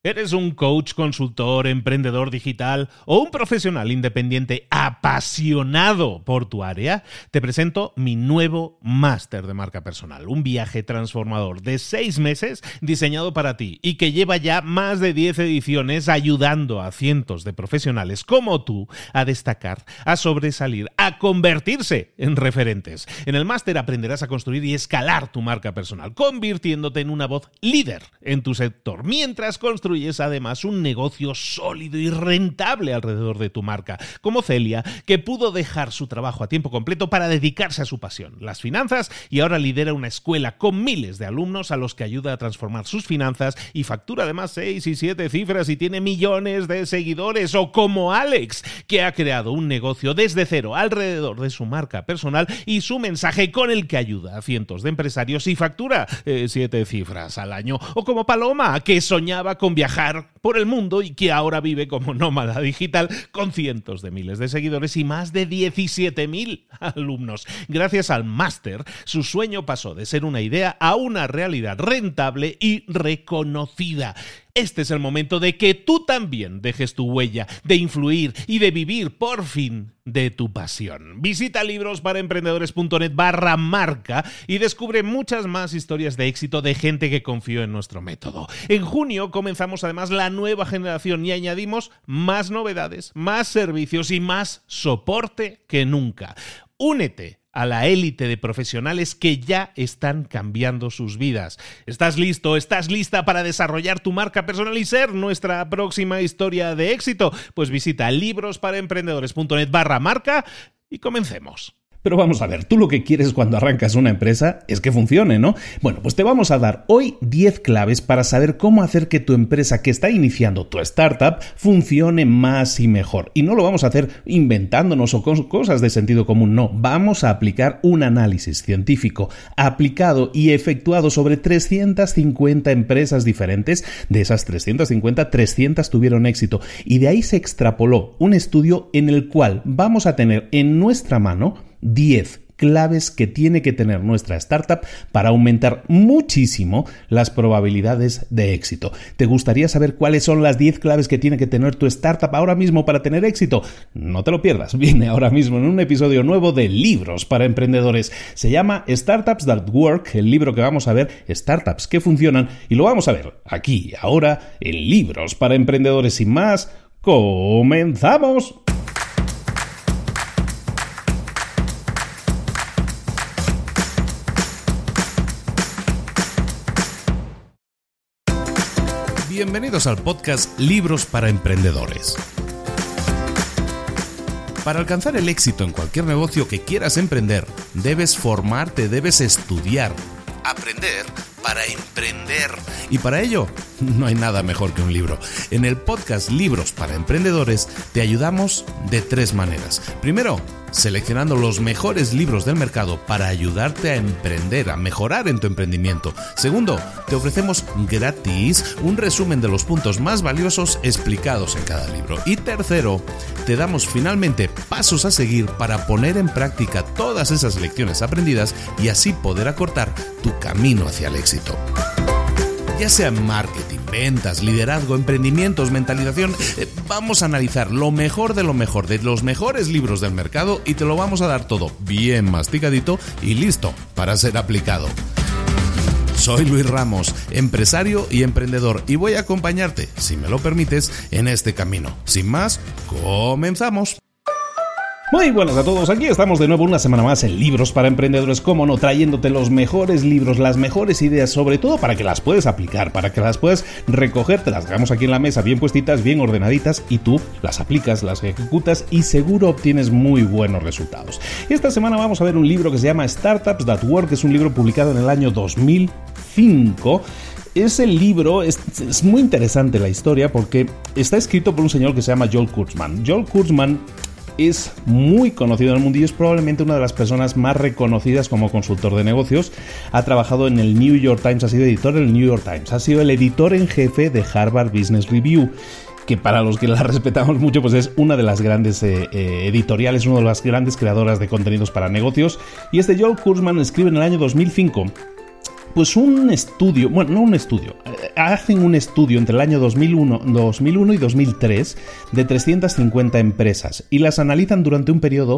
¿Eres un coach, consultor, emprendedor digital o un profesional independiente apasionado por tu área? Te presento mi nuevo máster de marca personal, un viaje transformador de 6 meses diseñado para ti y que lleva ya más de 10 ediciones ayudando a cientos de profesionales como tú a destacar, a sobresalir, a convertirse en referentes. En el máster aprenderás a construir y escalar tu marca personal, convirtiéndote en una voz líder en tu sector, mientras construyes además un negocio sólido y rentable alrededor de tu marca, como Celia, que pudo dejar su trabajo a tiempo completo para dedicarse a su pasión, las finanzas, y ahora lidera una escuela con miles de alumnos a los que ayuda a transformar sus finanzas y factura además 6 y 7 cifras y tiene millones de seguidores. O como Alex, que ha creado un negocio desde cero alrededor de su marca personal y su mensaje, con el que ayuda a cientos de empresarios y factura 7 cifras al año. O como Paloma, que soñaba con viajar por el mundo y que ahora vive como nómada digital con cientos de miles de seguidores y más de 17.000 alumnos. Gracias al máster, su sueño pasó de ser una idea a una realidad rentable y reconocida. Este es el momento de que tú también dejes tu huella, de influir y de vivir por fin de tu pasión. Visita librosparaemprendedores.net/marca y descubre muchas más historias de éxito de gente que confió en nuestro método. En junio comenzamos además la nueva generación y añadimos más novedades, más servicios y más soporte que nunca. Únete a la élite de profesionales que ya están cambiando sus vidas. ¿Estás listo? ¿Estás lista para desarrollar tu marca personal y ser nuestra próxima historia de éxito? Pues visita librosparaemprendedores.net/marca y comencemos. Pero vamos a ver, tú lo que quieres cuando arrancas una empresa es que funcione, ¿no? Bueno, pues te vamos a dar hoy 10 claves para saber cómo hacer que tu empresa que está iniciando, tu startup, funcione más y mejor. Y no lo vamos a hacer inventándonos o con cosas de sentido común, no. Vamos a aplicar un análisis científico aplicado y efectuado sobre 350 empresas diferentes. De esas 350, 300 tuvieron éxito. Y de ahí se extrapoló un estudio en el cual vamos a tener en nuestra mano 10 claves que tiene que tener nuestra startup para aumentar muchísimo las probabilidades de éxito. ¿Te gustaría saber cuáles son las 10 claves que tiene que tener tu startup ahora mismo para tener éxito? No te lo pierdas, viene ahora mismo en un episodio nuevo de Libros para Emprendedores. Se llama Startups That Work, el libro que vamos a ver, startups que funcionan, y lo vamos a ver aquí, ahora, en Libros para Emprendedores. Sin más, ¡comenzamos! Bienvenidos al podcast Libros para Emprendedores. Para alcanzar el éxito en cualquier negocio que quieras emprender, debes formarte, debes estudiar, aprender para emprender. Y para ello, no hay nada mejor que un libro. En el podcast Libros para Emprendedores te ayudamos de 3 maneras. Primero, seleccionando los mejores libros del mercado para ayudarte a emprender, a mejorar en tu emprendimiento. Segundo, te ofrecemos gratis un resumen de los puntos más valiosos explicados en cada libro. Y tercero, te damos finalmente pasos a seguir para poner en práctica todas esas lecciones aprendidas y así poder acortar tu camino hacia el éxito. Ya sea marketing, ventas, liderazgo, emprendimientos, mentalización, vamos a analizar lo mejor de los mejores libros del mercado y te lo vamos a dar todo bien masticadito y listo para ser aplicado. Soy Luis Ramos, empresario y emprendedor, y voy a acompañarte, si me lo permites, en este camino. Sin más, comenzamos. Muy buenas a todos, aquí estamos de nuevo una semana más en Libros para Emprendedores, como no, trayéndote los mejores libros, las mejores ideas, sobre todo para que las puedas aplicar, para que las puedas recoger, te las dejamos aquí en la mesa bien puestitas, bien ordenaditas, y tú las aplicas, las ejecutas y seguro obtienes muy buenos resultados. Esta semana vamos a ver un libro que se llama Startups That Work, que es un libro publicado en el año 2005. Ese libro es muy interesante la historia porque está escrito por un señor que se llama Joel Kurzman. Joel Kurzman es muy conocido en el mundo y es probablemente una de las personas más reconocidas como consultor de negocios. Ha trabajado en el New York Times, ha sido editor del New York Times, ha sido el editor en jefe de Harvard Business Review, que para los que la respetamos mucho, pues es una de las grandes editoriales, una de las grandes creadoras de contenidos para negocios. Y Joel Kurzman escribe en el año 2005 Pues un estudio, bueno, no un estudio, hacen un estudio entre el año 2001 y 2003 de 350 empresas y las analizan durante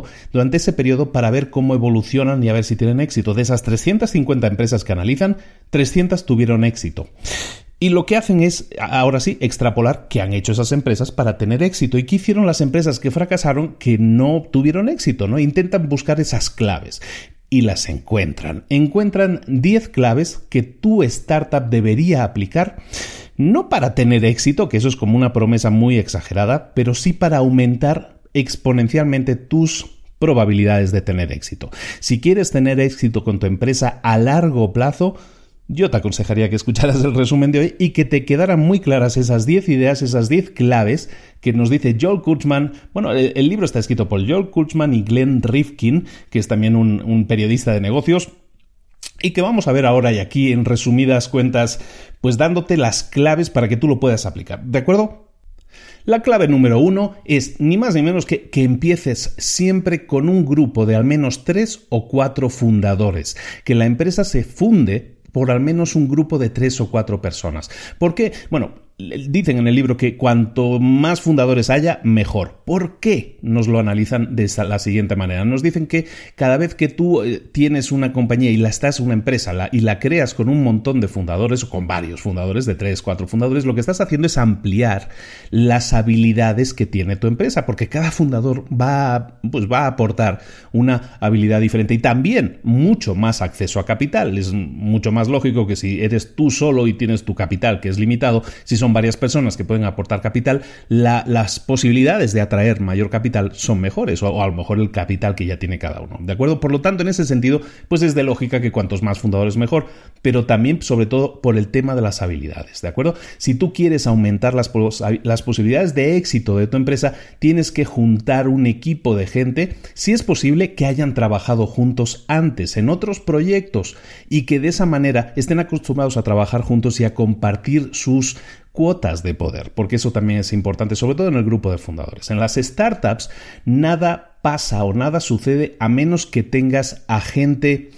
ese periodo para ver cómo evolucionan y a ver si tienen éxito. De esas 350 empresas que analizan, 300 tuvieron éxito. Y lo que hacen es, ahora sí, extrapolar qué han hecho esas empresas para tener éxito y qué hicieron las empresas que fracasaron que no tuvieron éxito, ¿no? Intentan buscar esas claves. Y las encuentran. Encuentran 10 claves que tu startup debería aplicar, no para tener éxito, que eso es como una promesa muy exagerada, pero sí para aumentar exponencialmente tus probabilidades de tener éxito. Si quieres tener éxito con tu empresa a largo plazo, yo te aconsejaría que escucharas el resumen de hoy y que te quedaran muy claras esas 10 ideas, esas 10 claves que nos dice Joel Kurtzman. Bueno, el libro está escrito por Joel Kurtzman y Glenn Rifkin, que es también un periodista de negocios, y que vamos a ver ahora y aquí en resumidas cuentas, pues dándote las claves para que tú lo puedas aplicar. ¿De acuerdo? La clave número 1 es ni más ni menos que empieces siempre con un grupo de al menos 3 o 4 fundadores, que la empresa se funde por al menos un grupo de 3 o 4 personas. ¿Por qué? Bueno, dicen en el libro que cuanto más fundadores haya, mejor. ¿Por qué? Nos lo analizan de la siguiente manera. Nos dicen que cada vez que tú tienes una compañía y una empresa y la creas con un montón de fundadores o con varios fundadores, de 3, 4 fundadores, lo que estás haciendo es ampliar las habilidades que tiene tu empresa, porque cada fundador va a aportar una habilidad diferente y también mucho más acceso a capital. Es mucho más lógico que si eres tú solo y tienes tu capital, que es limitado, si son varias personas que pueden aportar capital, las posibilidades de atraer mayor capital son mejores, o a lo mejor el capital que ya tiene cada uno, ¿de acuerdo? Por lo tanto, en ese sentido, pues es de lógica que cuantos más fundadores mejor, pero también, sobre todo, por el tema de las habilidades, ¿de acuerdo? Si tú quieres aumentar las posibilidades de éxito de tu empresa, tienes que juntar un equipo de gente, si es posible, que hayan trabajado juntos antes en otros proyectos y que de esa manera estén acostumbrados a trabajar juntos y a compartir sus cuotas de poder, porque eso también es importante, sobre todo en el grupo de fundadores. En las startups nada pasa o nada sucede a menos que tengas a gente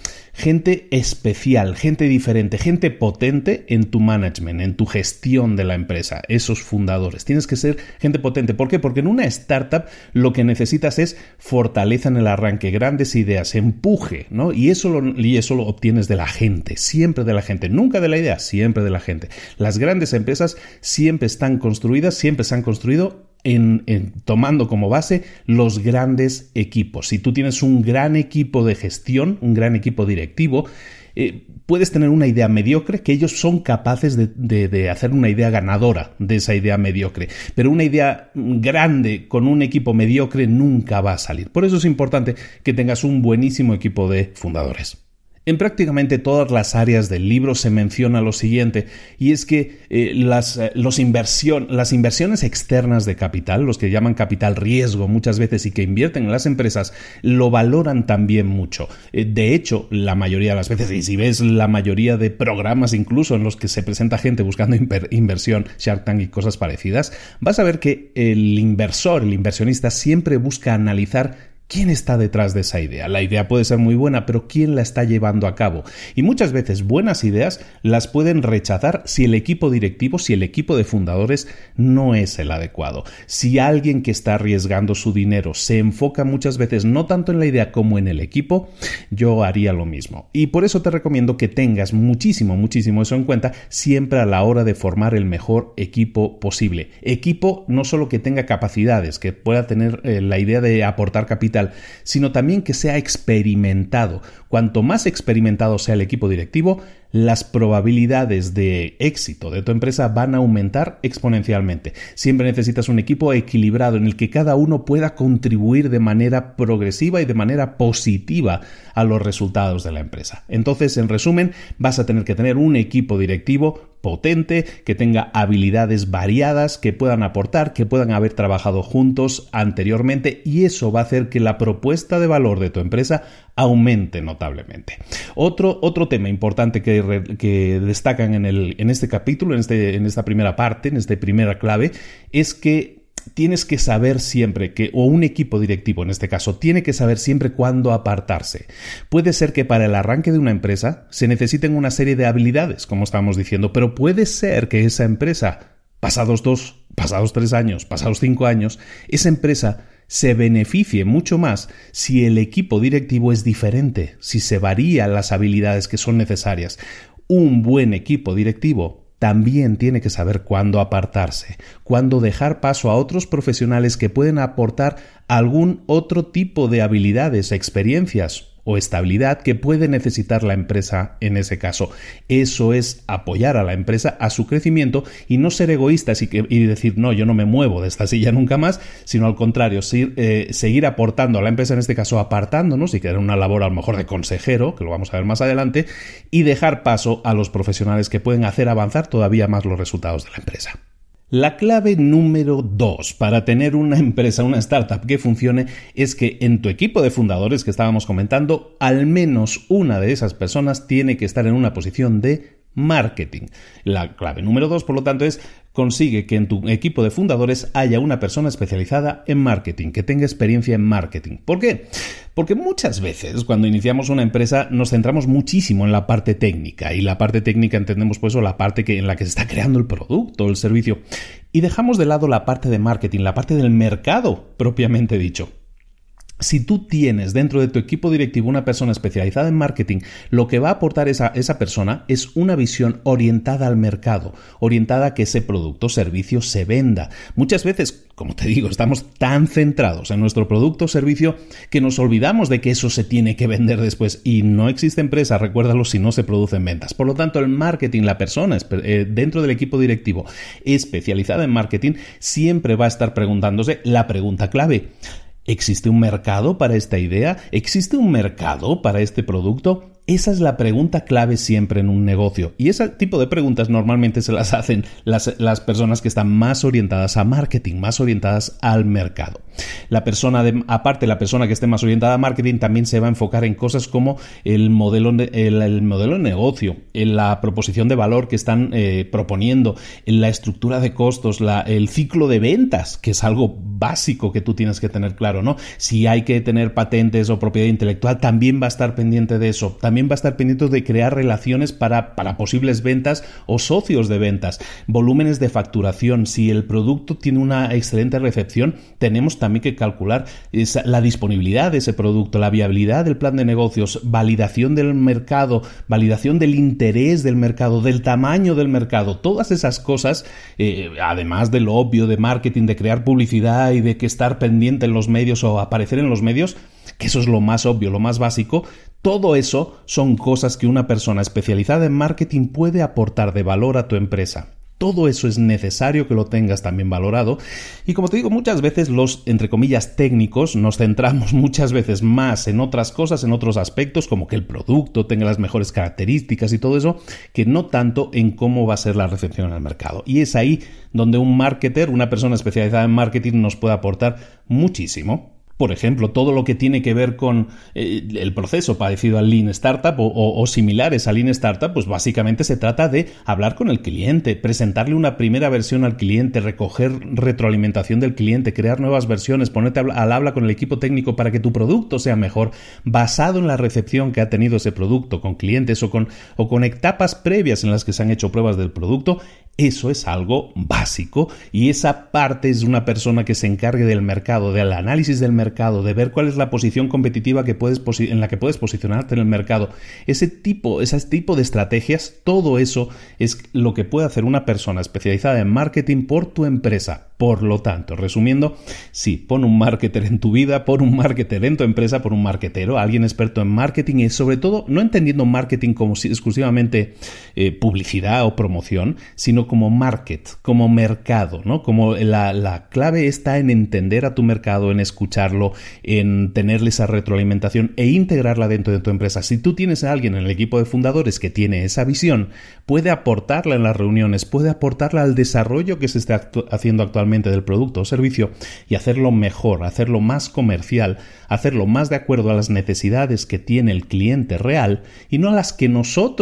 especial, gente diferente, gente potente en tu management, en tu gestión de la empresa, esos fundadores. Tienes que ser gente potente. ¿Por qué? Porque en una startup lo que necesitas es fortaleza en el arranque, grandes ideas, empuje, ¿no? Y eso lo obtienes de la gente, siempre de la gente, nunca de la idea, siempre de la gente. Las grandes empresas siempre están construidas, siempre se han construido tomando como base los grandes equipos. Si tú tienes un gran equipo de gestión, un gran equipo directivo, puedes tener una idea mediocre que ellos son capaces de hacer una idea ganadora de esa idea mediocre, pero una idea grande con un equipo mediocre nunca va a salir. Por eso es importante que tengas un buenísimo equipo de fundadores. En prácticamente todas las áreas del libro se menciona lo siguiente, y es que las inversiones externas de capital, los que llaman capital riesgo muchas veces y que invierten en las empresas, lo valoran también mucho. De hecho, la mayoría de las veces, y si ves la mayoría de programas incluso en los que se presenta gente buscando inversión, Shark Tank y cosas parecidas, vas a ver que el inversionista siempre busca analizar ¿quién está detrás de esa idea? La idea puede ser muy buena, pero ¿quién la está llevando a cabo? Y muchas veces buenas ideas las pueden rechazar si el equipo directivo, si el equipo de fundadores no es el adecuado. Si alguien que está arriesgando su dinero se enfoca muchas veces no tanto en la idea como en el equipo, yo haría lo mismo. Y por eso te recomiendo que tengas muchísimo eso en cuenta siempre a la hora de formar el mejor equipo posible. Equipo no solo que tenga capacidades, que pueda tener la idea de aportar capital, sino también que sea experimentado. Cuanto más experimentado sea el equipo directivo, las probabilidades de éxito de tu empresa van a aumentar exponencialmente. Siempre necesitas un equipo equilibrado en el que cada uno pueda contribuir de manera progresiva y de manera positiva a los resultados de la empresa. Entonces, en resumen, vas a tener que tener un equipo directivo potente, que tenga habilidades variadas, que puedan aportar, que puedan haber trabajado juntos anteriormente, y eso va a hacer que la propuesta de valor de tu empresa aumente notablemente. Otro tema importante que destacan en este capítulo, en esta primera parte, en esta primera clave, es que tienes que saber siempre o un equipo directivo en este caso, tiene que saber siempre cuándo apartarse. Puede ser que para el arranque de una empresa se necesiten una serie de habilidades, como estábamos diciendo, pero puede ser que esa empresa, pasados 2, pasados 3 años, pasados 5 años, esa empresa se beneficie mucho más si el equipo directivo es diferente, si se varían las habilidades que son necesarias. Un buen equipo directivo también tiene que saber cuándo apartarse, cuándo dejar paso a otros profesionales que pueden aportar algún otro tipo de habilidades, experiencias o estabilidad que puede necesitar la empresa en ese caso. Eso es apoyar a la empresa a su crecimiento y no ser egoístas y decir, no, yo no me muevo de esta silla nunca más, sino al contrario, seguir aportando a la empresa, en este caso apartándonos y que era una labor a lo mejor de consejero, que lo vamos a ver más adelante, y dejar paso a los profesionales que pueden hacer avanzar todavía más los resultados de la empresa. La clave número 2 para tener una empresa, una startup que funcione es que en tu equipo de fundadores que estábamos comentando, al menos una de esas personas tiene que estar en una posición de marketing. La clave número 2, por lo tanto, es consigue que en tu equipo de fundadores haya una persona especializada en marketing, que tenga experiencia en marketing. ¿Por qué? Porque muchas veces cuando iniciamos una empresa nos centramos muchísimo en la parte técnica, y la parte técnica entendemos por eso la parte en la que se está creando el producto o el servicio, y dejamos de lado la parte de marketing, la parte del mercado propiamente dicho. Si tú tienes dentro de tu equipo directivo una persona especializada en marketing, lo que va a aportar esa persona es una visión orientada al mercado, orientada a que ese producto o servicio se venda. Muchas veces, como te digo, estamos tan centrados en nuestro producto o servicio que nos olvidamos de que eso se tiene que vender después, y no existe empresa, recuérdalo, si no se producen ventas. Por lo tanto, el marketing, la persona dentro del equipo directivo especializada en marketing siempre va a estar preguntándose la pregunta clave: ¿existe un mercado para esta idea? ¿Existe un mercado para este producto? Esa es la pregunta clave siempre en un negocio, y ese tipo de preguntas normalmente se las hacen las personas que están más orientadas a marketing, más orientadas al mercado. Aparte, la persona que esté más orientada a marketing también se va a enfocar en cosas como el modelo de negocio, en la proposición de valor que están proponiendo, en la estructura de costos, el ciclo de ventas, que es algo básico que tú tienes que tener claro, ¿no? Si hay que tener patentes o propiedad intelectual, también va a estar pendiente de eso. También va a estar pendiente de crear relaciones para posibles ventas o socios de ventas, volúmenes de facturación. Si el producto tiene una excelente recepción, tenemos también que calcular la disponibilidad de ese producto, la viabilidad del plan de negocios, validación del mercado, validación del interés del mercado, del tamaño del mercado. Todas esas cosas, además de lo obvio de marketing, de crear publicidad y de que estar pendiente en los medios o aparecer en los medios, que eso es lo más obvio, lo más básico. Todo eso son cosas que una persona especializada en marketing puede aportar de valor a tu empresa. Todo eso es necesario que lo tengas también valorado. Y como te digo, muchas veces los, entre comillas, técnicos, nos centramos muchas veces más en otras cosas, en otros aspectos, como que el producto tenga las mejores características y todo eso, que no tanto en cómo va a ser la recepción en el mercado. Y es ahí donde un marketer, una persona especializada en marketing, nos puede aportar muchísimo. Por ejemplo, todo lo que tiene que ver con el proceso parecido al Lean Startup o similares al Lean Startup, pues básicamente se trata de hablar con el cliente, presentarle una primera versión al cliente, recoger retroalimentación del cliente, crear nuevas versiones, ponerte al habla con el equipo técnico para que tu producto sea mejor, basado en la recepción que ha tenido ese producto con clientes o con etapas previas en las que se han hecho pruebas del producto. Eso es algo básico, y esa parte es una persona que se encargue del mercado, del análisis del mercado, de ver cuál es la posición competitiva en la que puedes posicionarte en el mercado. Ese tipo de estrategias, todo eso es lo que puede hacer una persona especializada en marketing por tu empresa. Por lo tanto, resumiendo, sí, pon un marketer en tu vida, pon un marketer en tu empresa, pon un marketero, alguien experto en marketing, y sobre todo no entendiendo marketing como exclusivamente publicidad o promoción, sino como market, como mercado, ¿no? Como la clave está en entender a tu mercado, en escucharlo, en tenerle esa retroalimentación e integrarla dentro de tu empresa. Si tú tienes a alguien en el equipo de fundadores que tiene esa visión, puede aportarla en las reuniones, puede aportarla al desarrollo que se está haciendo actualmente del producto o servicio, y hacerlo mejor, hacerlo más comercial, hacerlo más de acuerdo a las necesidades que tiene el cliente real y no a las que nosotros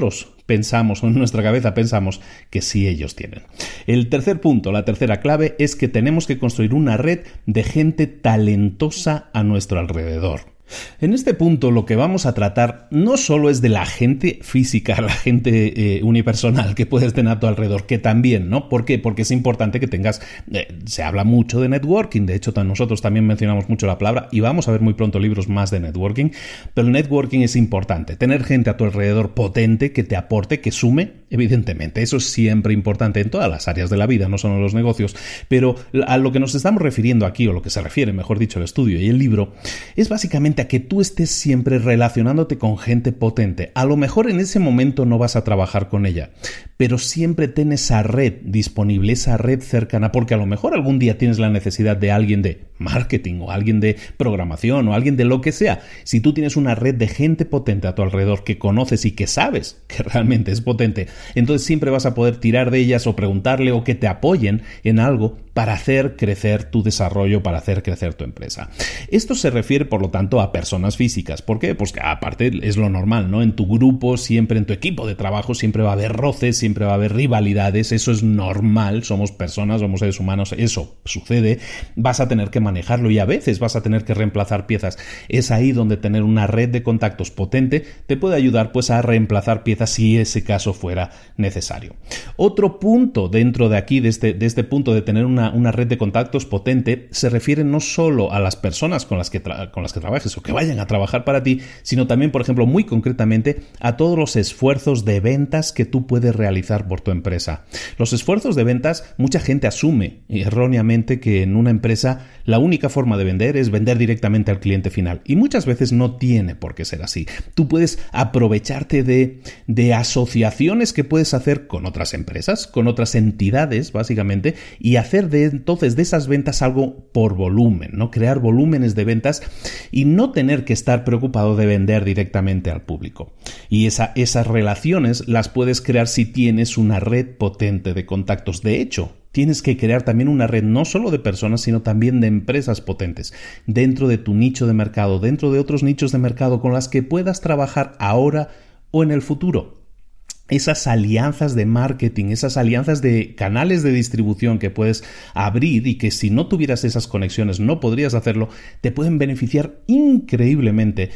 pensamos, o en nuestra cabeza pensamos que sí ellos tienen. El tercer punto, la tercera clave, es que tenemos que construir una red de gente talentosa a nuestro alrededor. En este punto lo que vamos a tratar no solo es de la gente física, la gente unipersonal que puedes tener a tu alrededor, que también, ¿no? ¿Por qué? Porque es importante que tengas, se habla mucho de networking, de hecho nosotros también mencionamos mucho la palabra y vamos a ver muy pronto libros más de networking, pero el networking es importante, tener gente a tu alrededor potente que te aporte, que sume, evidentemente, eso es siempre importante en todas las áreas de la vida, no solo en los negocios, pero a lo que nos estamos refiriendo aquí, o lo que se refiere, mejor dicho, el estudio y el libro, es básicamente a que tú estés siempre relacionándote con gente potente. A lo mejor en ese momento no vas a trabajar con ella, pero siempre ten esa red disponible, esa red cercana, porque a lo mejor algún día tienes la necesidad de alguien de marketing o alguien de programación o alguien de lo que sea. Si tú tienes una red de gente potente a tu alrededor que conoces y que sabes que realmente es potente, entonces siempre vas a poder tirar de ellas o preguntarle o que te apoyen en algo para hacer crecer tu desarrollo, para hacer crecer tu empresa. Esto se refiere, por lo tanto, a personas físicas. ¿Por qué? Pues que aparte es lo normal, ¿no? En tu grupo, siempre en tu equipo de trabajo, siempre va a haber roces, siempre va a haber rivalidades. Eso es normal. Somos personas, somos seres humanos. Eso sucede. Vas a tener que manejarlo y a veces vas a tener que reemplazar piezas. Es ahí donde tener una red de contactos potente te puede ayudar pues a reemplazar piezas si ese caso fuera necesario. Otro punto dentro de aquí, de este punto de tener una red de contactos potente, se refiere no solo a las personas con las que trabajes o que vayan a trabajar para ti, sino también, por ejemplo, muy concretamente, a todos los esfuerzos de ventas que tú puedes realizar por tu empresa. Los esfuerzos de ventas, mucha gente asume erróneamente que en una empresa la única forma de vender es vender directamente al cliente final, y muchas veces no tiene por qué ser así. Tú puedes aprovecharte de asociaciones que puedes hacer con otras empresas, con otras entidades, básicamente, y hacer entonces de esas ventas algo por volumen, ¿no? Crear volúmenes de ventas y no tener que estar preocupado de vender directamente al público. Y esas relaciones las puedes crear si tienes una red potente de contactos. De hecho, tienes que crear también una red no solo de personas, sino también de empresas potentes dentro de tu nicho de mercado, dentro de otros nichos de mercado con las que puedas trabajar ahora o en el futuro. Esas alianzas de marketing, esas alianzas de canales de distribución que puedes abrir y que si no tuvieras esas conexiones no podrías hacerlo, te pueden beneficiar increíblemente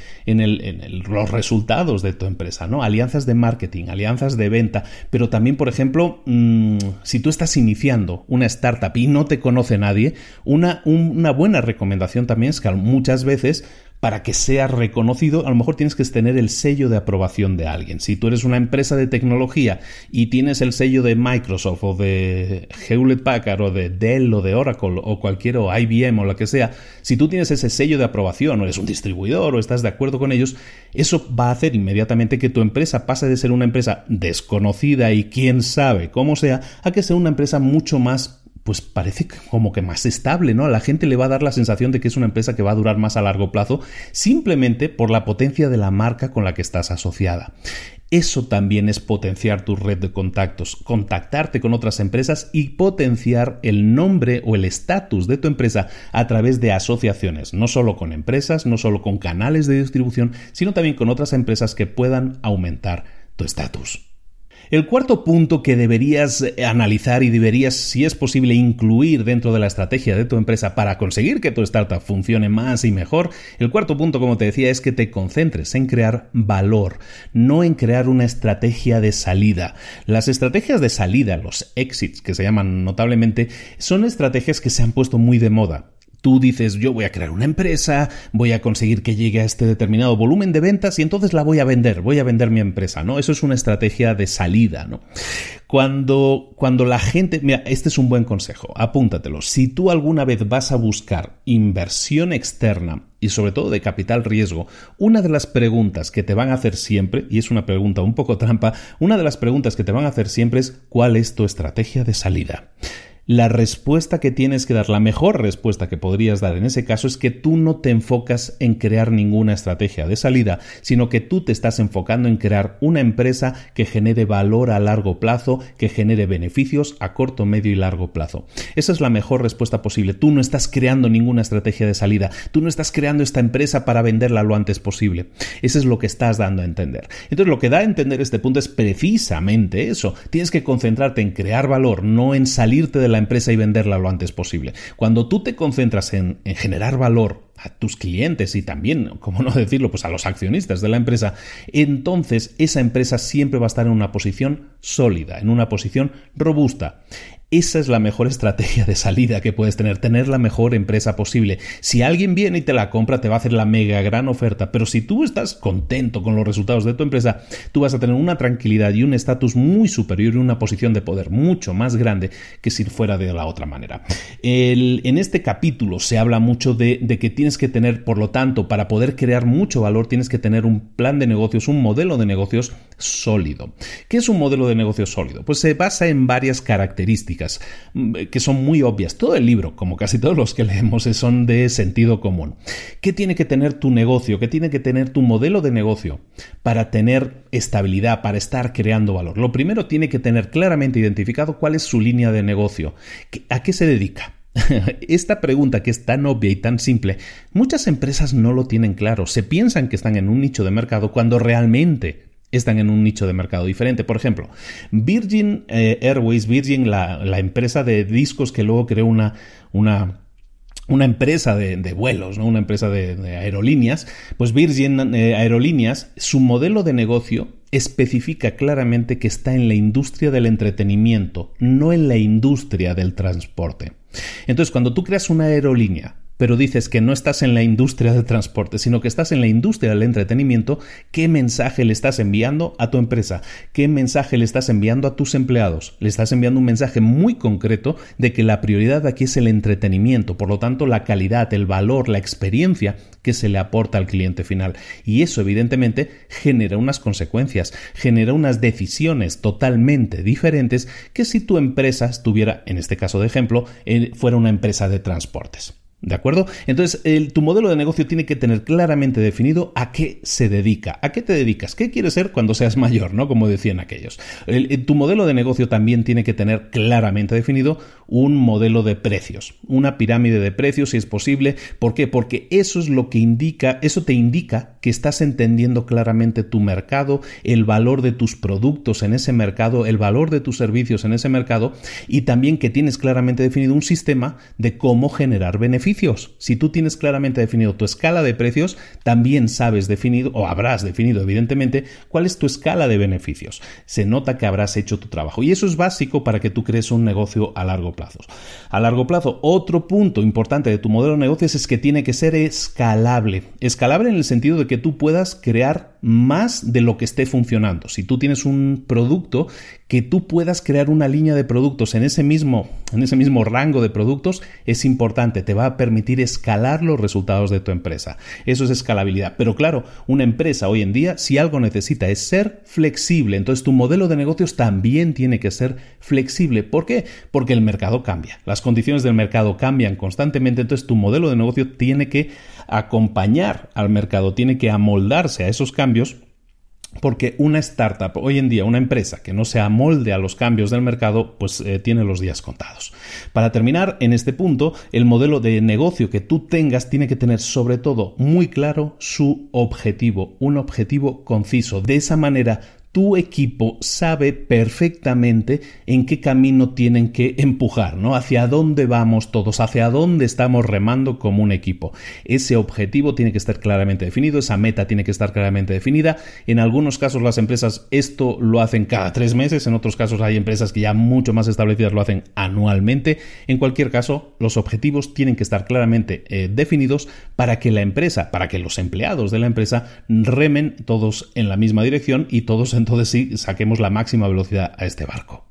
en los resultados de tu empresa, ¿no? Alianzas de marketing, alianzas de venta, pero también, por ejemplo, si tú estás iniciando una startup y no te conoce nadie, una buena recomendación también es que muchas veces, para que seas reconocido, a lo mejor tienes que tener el sello de aprobación de alguien. Si tú eres una empresa de tecnología y tienes el sello de Microsoft o de Hewlett Packard o de Dell o de Oracle o cualquier o IBM o lo que sea, si tú tienes ese sello de aprobación o eres un distribuidor o estás de acuerdo con ellos, eso va a hacer inmediatamente que tu empresa pase de ser una empresa desconocida y quién sabe cómo sea, a que sea una empresa mucho más, pues parece como que más estable, ¿no? A la gente le va a dar la sensación de que es una empresa que va a durar más a largo plazo simplemente por la potencia de la marca con la que estás asociada. Eso también es potenciar tu red de contactos, contactarte con otras empresas y potenciar el nombre o el estatus de tu empresa a través de asociaciones, no solo con empresas, no solo con canales de distribución, sino también con otras empresas que puedan aumentar tu estatus. El cuarto punto que deberías analizar y deberías, si es posible, incluir dentro de la estrategia de tu empresa para conseguir que tu startup funcione más y mejor, el cuarto punto, como te decía, es que te concentres en crear valor, no en crear una estrategia de salida. Las estrategias de salida, los exits que se llaman notablemente, son estrategias que se han puesto muy de moda. Tú dices, yo voy a crear una empresa, voy a conseguir que llegue a este determinado volumen de ventas y entonces la voy a vender mi empresa, ¿no? Eso es una estrategia de salida, ¿no? Cuando la gente... Mira, este es un buen consejo, apúntatelo. Si tú alguna vez vas a buscar inversión externa y sobre todo de capital riesgo, una de las preguntas que te van a hacer siempre, y es una pregunta un poco trampa, una de las preguntas que te van a hacer siempre es ¿cuál es tu estrategia de salida? La respuesta que tienes que dar, la mejor respuesta que podrías dar en ese caso es que tú no te enfocas en crear ninguna estrategia de salida, sino que tú te estás enfocando en crear una empresa que genere valor a largo plazo, que genere beneficios a corto, medio y largo plazo. Esa es la mejor respuesta posible. Tú no estás creando ninguna estrategia de salida, tú no estás creando esta empresa para venderla lo antes posible. Eso es lo que estás dando a entender. Entonces, lo que da a entender este punto es precisamente eso. Tienes que concentrarte en crear valor, no en salirte de la empresa y venderla lo antes posible. Cuando tú te concentras en generar valor a tus clientes y también, como no decirlo, pues a los accionistas de la empresa, entonces esa empresa siempre va a estar en una posición sólida, en una posición robusta. Esa es la mejor estrategia de salida que puedes tener la mejor empresa posible. Si alguien viene y te la compra, te va a hacer la mega gran oferta, pero si tú estás contento con los resultados de tu empresa, tú vas a tener una tranquilidad y un estatus muy superior y una posición de poder mucho más grande que si fuera de la otra manera. En este capítulo se habla mucho de que tienes que tener, por lo tanto, para poder crear mucho valor, tienes que tener un plan de negocios, un modelo de negocios sólido. ¿Qué es un modelo de negocio sólido? Pues se basa en varias características que son muy obvias. Todo el libro, como casi todos los que leemos, son de sentido común. ¿Qué tiene que tener tu negocio? ¿Qué tiene que tener tu modelo de negocio para tener estabilidad, para estar creando valor? Lo primero, tiene que tener claramente identificado cuál es su línea de negocio. ¿A qué se dedica? Esta pregunta, que es tan obvia y tan simple, muchas empresas no lo tienen claro. Se piensan que están en un nicho de mercado cuando realmente están en un nicho de mercado diferente. Por ejemplo, Virgin Airways, la empresa de discos que luego creó una empresa de vuelos, ¿no? Una empresa de aerolíneas, pues Virgin Aerolíneas, su modelo de negocio especifica claramente que está en la industria del entretenimiento, no en la industria del transporte. Entonces, cuando tú creas una aerolínea, pero dices que no estás en la industria del transporte, sino que estás en la industria del entretenimiento, ¿qué mensaje le estás enviando a tu empresa? ¿Qué mensaje le estás enviando a tus empleados? Le estás enviando un mensaje muy concreto de que la prioridad aquí es el entretenimiento, por lo tanto la calidad, el valor, la experiencia que se le aporta al cliente final. Y eso evidentemente genera unas consecuencias, genera unas decisiones totalmente diferentes que si tu empresa estuviera, en este caso de ejemplo, fuera una empresa de transportes. ¿De acuerdo? Entonces, tu modelo de negocio tiene que tener claramente definido a qué se dedica. ¿A qué te dedicas? ¿Qué quieres ser cuando seas mayor, ¿no? Como decían aquellos. Tu modelo de negocio también tiene que tener claramente definido un modelo de precios, una pirámide de precios, si es posible. ¿Por qué? Porque eso es lo que indica, eso te indica que estás entendiendo claramente tu mercado, el valor de tus productos en ese mercado, el valor de tus servicios en ese mercado, y también que tienes claramente definido un sistema de cómo generar beneficios. Si tú tienes claramente definido tu escala de precios, también sabes definido, o habrás definido evidentemente, cuál es tu escala de beneficios. Se nota que habrás hecho tu trabajo y eso es básico para que tú crees un negocio a largo plazo. A largo plazo, otro punto importante de tu modelo de negocios es que tiene que ser escalable. Escalable en el sentido de que tú puedas crear más de lo que esté funcionando. Si tú tienes un producto, que tú puedas crear una línea de productos en ese mismo rango de productos es importante, te va a permitir escalar los resultados de tu empresa. Eso es escalabilidad. Pero claro, una empresa hoy en día, si algo necesita es ser flexible. Entonces tu modelo de negocios también tiene que ser flexible. ¿Por qué? Porque el mercado cambia. Las condiciones del mercado cambian constantemente. Entonces tu modelo de negocio tiene que acompañar al mercado, tiene que amoldarse a esos cambios. Porque una startup, hoy en día una empresa que no se amolde a los cambios del mercado, pues tiene los días contados. Para terminar, en este punto, el modelo de negocio que tú tengas tiene que tener sobre todo muy claro su objetivo, un objetivo conciso. De esa manera, tu equipo sabe perfectamente en qué camino tienen que empujar, ¿no? Hacia dónde vamos todos, hacia dónde estamos remando como un equipo. Ese objetivo tiene que estar claramente definido, esa meta tiene que estar claramente definida. En algunos casos las empresas esto lo hacen cada 3 meses, en otros casos hay empresas que ya mucho más establecidas lo hacen anualmente. En cualquier caso, los objetivos tienen que estar claramente definidos para que la empresa, para que los empleados de la empresa remen todos en la misma dirección y todos entonces sí saquemos la máxima velocidad a este barco.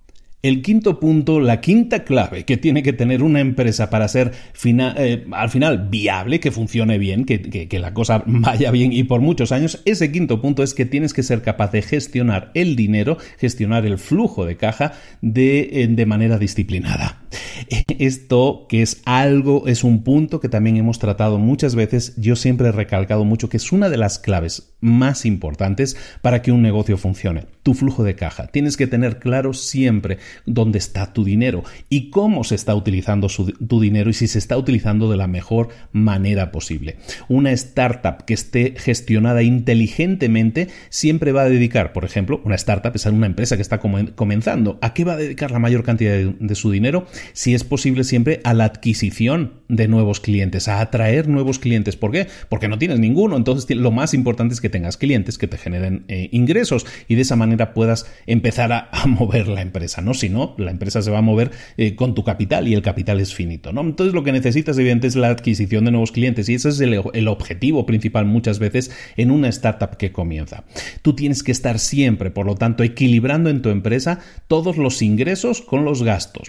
El quinto punto, la quinta clave que tiene que tener una empresa para ser al final viable, que funcione bien, que la cosa vaya bien y por muchos años, ese quinto punto es que tienes que ser capaz de gestionar el dinero, gestionar el flujo de caja de manera disciplinada. Esto que es un punto que también hemos tratado muchas veces, yo siempre he recalcado mucho que es una de las claves más importantes para que un negocio funcione. Tu flujo de caja. Tienes que tener claro siempre dónde está tu dinero y cómo se está utilizando tu dinero y si se está utilizando de la mejor manera posible. Una startup que esté gestionada inteligentemente siempre va a dedicar, por ejemplo, una startup es una empresa que está comenzando. ¿A qué va a dedicar la mayor cantidad de su dinero? Si es posible siempre a la adquisición de nuevos clientes, a atraer nuevos clientes. ¿Por qué? Porque no tienes ninguno. Entonces lo más importante es que tengas clientes que te generen ingresos y de esa manera puedas empezar a mover la empresa, ¿no? Si no, la empresa se va a mover con tu capital y el capital es finito, ¿no? Entonces lo que necesitas evidentemente es la adquisición de nuevos clientes y ese es el objetivo principal muchas veces en una startup que comienza. Tú tienes que estar siempre, por lo tanto, equilibrando en tu empresa todos los ingresos con los gastos,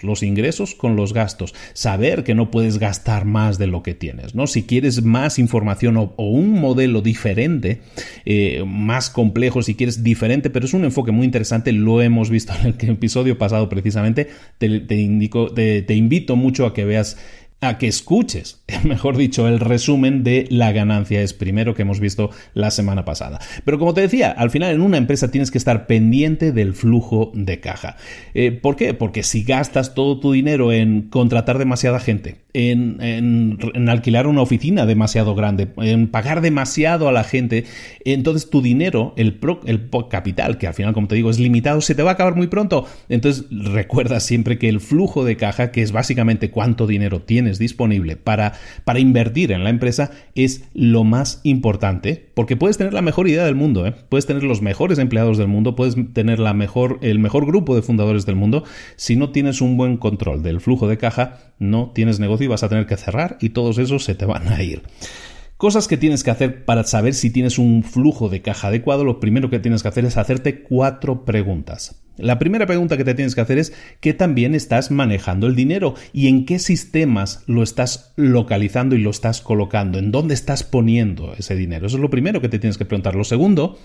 saber que no puedes gastar más de lo que tienes, ¿no? Si quieres más información o un modelo diferente, más complejo, si quieres diferente, pero es un enfoque muy interesante, lo hemos visto en el episodio pasado precisamente, te invito mucho a que escuches, mejor dicho, el resumen de La ganancia es primero que hemos visto la semana pasada. Pero como te decía, al final en una empresa tienes que estar pendiente del flujo de caja. ¿Por qué? Porque si gastas todo tu dinero en contratar demasiada gente, en alquilar una oficina demasiado grande, en pagar demasiado a la gente, entonces tu dinero, el capital, que al final, como te digo, es limitado, se te va a acabar muy pronto. Entonces recuerda siempre que el flujo de caja, que es básicamente cuánto dinero tienes disponible para invertir en la empresa, es lo más importante, porque puedes tener la mejor idea del mundo, puedes tener los mejores empleados del mundo, puedes tener el mejor grupo de fundadores del mundo. Si no tienes un buen control del flujo de caja, no tienes negocio y vas a tener que cerrar y todos esos se te van a ir. Cosas que tienes que hacer para saber si tienes un flujo de caja adecuado. Lo primero que tienes que hacer es hacerte 4 preguntas. La primera pregunta que te tienes que hacer es ¿qué también estás manejando el dinero? ¿Y en qué sistemas lo estás localizando y lo estás colocando? ¿En dónde estás poniendo ese dinero? Eso es lo primero que te tienes que preguntar. Lo segundo,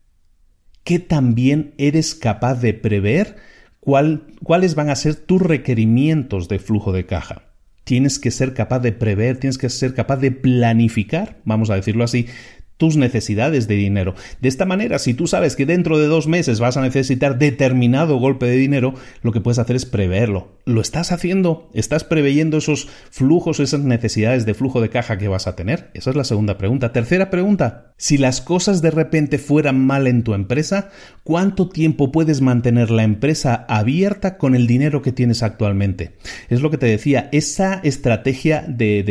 ¿qué también eres capaz de prever? ¿Cuáles van a ser tus requerimientos de flujo de caja? Tienes que ser capaz de prever, tienes que ser capaz de planificar, vamos a decirlo así, tus necesidades de dinero. De esta manera, si tú sabes que dentro de 2 meses vas a necesitar determinado golpe de dinero, lo que puedes hacer es preverlo. ¿Lo estás haciendo? ¿Estás preveyendo esos flujos, esas necesidades de flujo de caja que vas a tener? Esa es la segunda pregunta. Tercera pregunta, si las cosas de repente fueran mal en tu empresa, ¿cuánto tiempo puedes mantener la empresa abierta con el dinero que tienes actualmente? Es lo que te decía, esa estrategia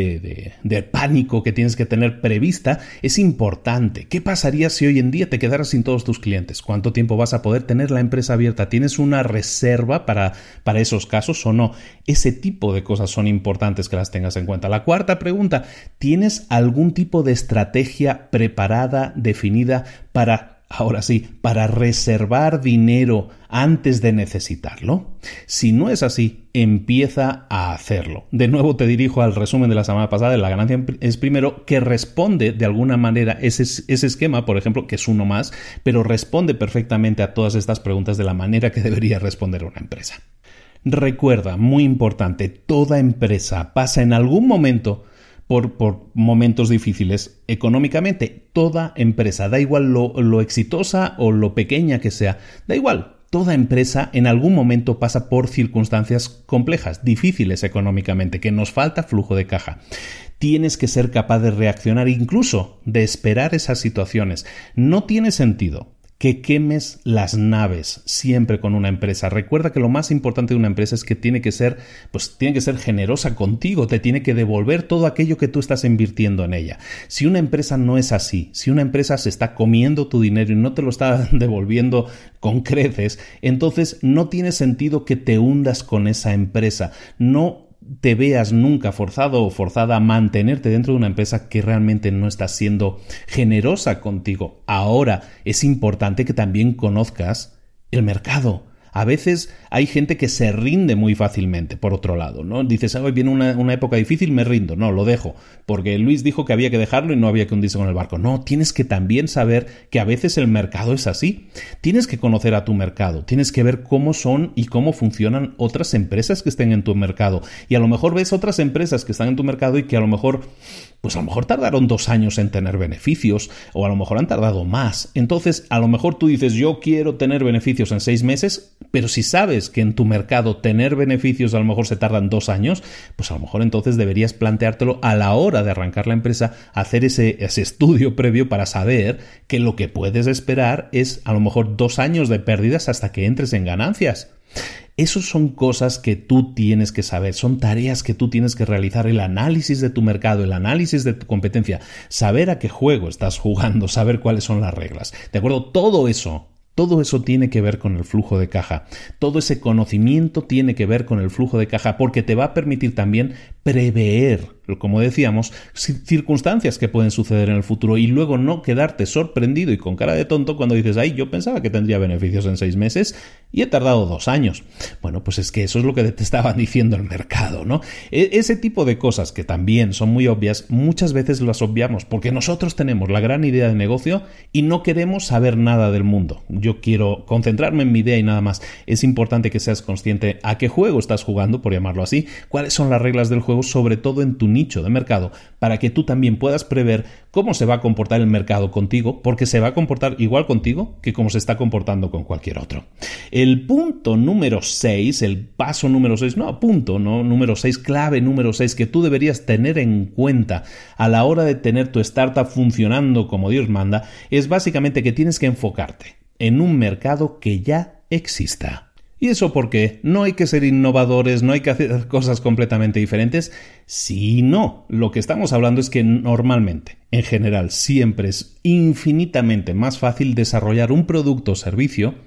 de pánico que tienes que tener prevista es importante. ¿Qué pasaría si hoy en día te quedaras sin todos tus clientes? ¿Cuánto tiempo vas a poder tener la empresa abierta? ¿Tienes una reserva para esos casos o no? Ese tipo de cosas son importantes que las tengas en cuenta. La cuarta pregunta, ¿tienes algún tipo de estrategia preparada, definida para reservar dinero antes de necesitarlo? Si no es así, empieza a hacerlo. De nuevo te dirijo al resumen de la semana pasada de La ganancia es primero, que responde de alguna manera ese esquema, por ejemplo, que es uno más, pero responde perfectamente a todas estas preguntas de la manera que debería responder una empresa. Recuerda, muy importante, toda empresa pasa en algún momento por momentos difíciles económicamente. Toda empresa, da igual lo exitosa o lo pequeña que sea, da igual. Toda empresa en algún momento pasa por circunstancias complejas, difíciles económicamente, que nos falta flujo de caja. Tienes que ser capaz de reaccionar, incluso de esperar esas situaciones. No tiene sentido que quemes las naves siempre con una empresa. Recuerda que lo más importante de una empresa es que tiene que ser generosa contigo, te tiene que devolver todo aquello que tú estás invirtiendo en ella. Si una empresa no es así, si una empresa se está comiendo tu dinero y no te lo está devolviendo con creces, entonces no tiene sentido que te hundas con esa empresa. No te veas nunca forzado o forzada a mantenerte dentro de una empresa que realmente no está siendo generosa contigo. Ahora es importante que también conozcas el mercado. A veces hay gente que se rinde muy fácilmente, por otro lado, ¿no? Dices, hoy viene una época difícil, me rindo. No, lo dejo, porque Luis dijo que había que dejarlo y no había que hundirse con el barco. No, tienes que también saber que a veces el mercado es así. Tienes que conocer a tu mercado, tienes que ver cómo son y cómo funcionan otras empresas que estén en tu mercado. Y a lo mejor ves otras empresas que están en tu mercado y que a lo mejor tardaron 2 años en tener beneficios, o a lo mejor han tardado más. Entonces, a lo mejor tú dices, yo quiero tener beneficios en 6 meses, pero si sabes que en tu mercado tener beneficios a lo mejor se tardan 2 años, pues a lo mejor entonces deberías planteártelo a la hora de arrancar la empresa, hacer ese estudio previo para saber que lo que puedes esperar es a lo mejor 2 años de pérdidas hasta que entres en ganancias. Esas son cosas que tú tienes que saber, son tareas que tú tienes que realizar, el análisis de tu mercado, el análisis de tu competencia, saber a qué juego estás jugando, saber cuáles son las reglas. ¿De acuerdo? Todo eso tiene que ver con el flujo de caja. Todo ese conocimiento tiene que ver con el flujo de caja porque te va a permitir también prever, como decíamos, circunstancias que pueden suceder en el futuro y luego no quedarte sorprendido y con cara de tonto cuando dices, ay, yo pensaba que tendría beneficios en 6 meses y he tardado 2 años. Bueno, pues es que eso es lo que te estaban diciendo el mercado, ¿no? Ese tipo de cosas que también son muy obvias, muchas veces las obviamos porque nosotros tenemos la gran idea de negocio y no queremos saber nada del mundo. Yo quiero concentrarme en mi idea y nada más. Es importante que seas consciente a qué juego estás jugando, por llamarlo así, cuáles son las reglas del juego, sobre todo en tu nicho de mercado, para que tú también puedas prever cómo se va a comportar el mercado contigo, porque se va a comportar igual contigo que como se está comportando con cualquier otro. El punto número 6, el paso número 6, número 6, clave número 6 que tú deberías tener en cuenta a la hora de tener tu startup funcionando como Dios manda, es básicamente que tienes que enfocarte en un mercado que ya exista. ¿Y eso por qué? No hay que ser innovadores, no hay que hacer cosas completamente diferentes, sino lo que estamos hablando es que normalmente, en general, siempre es infinitamente más fácil desarrollar un producto o servicio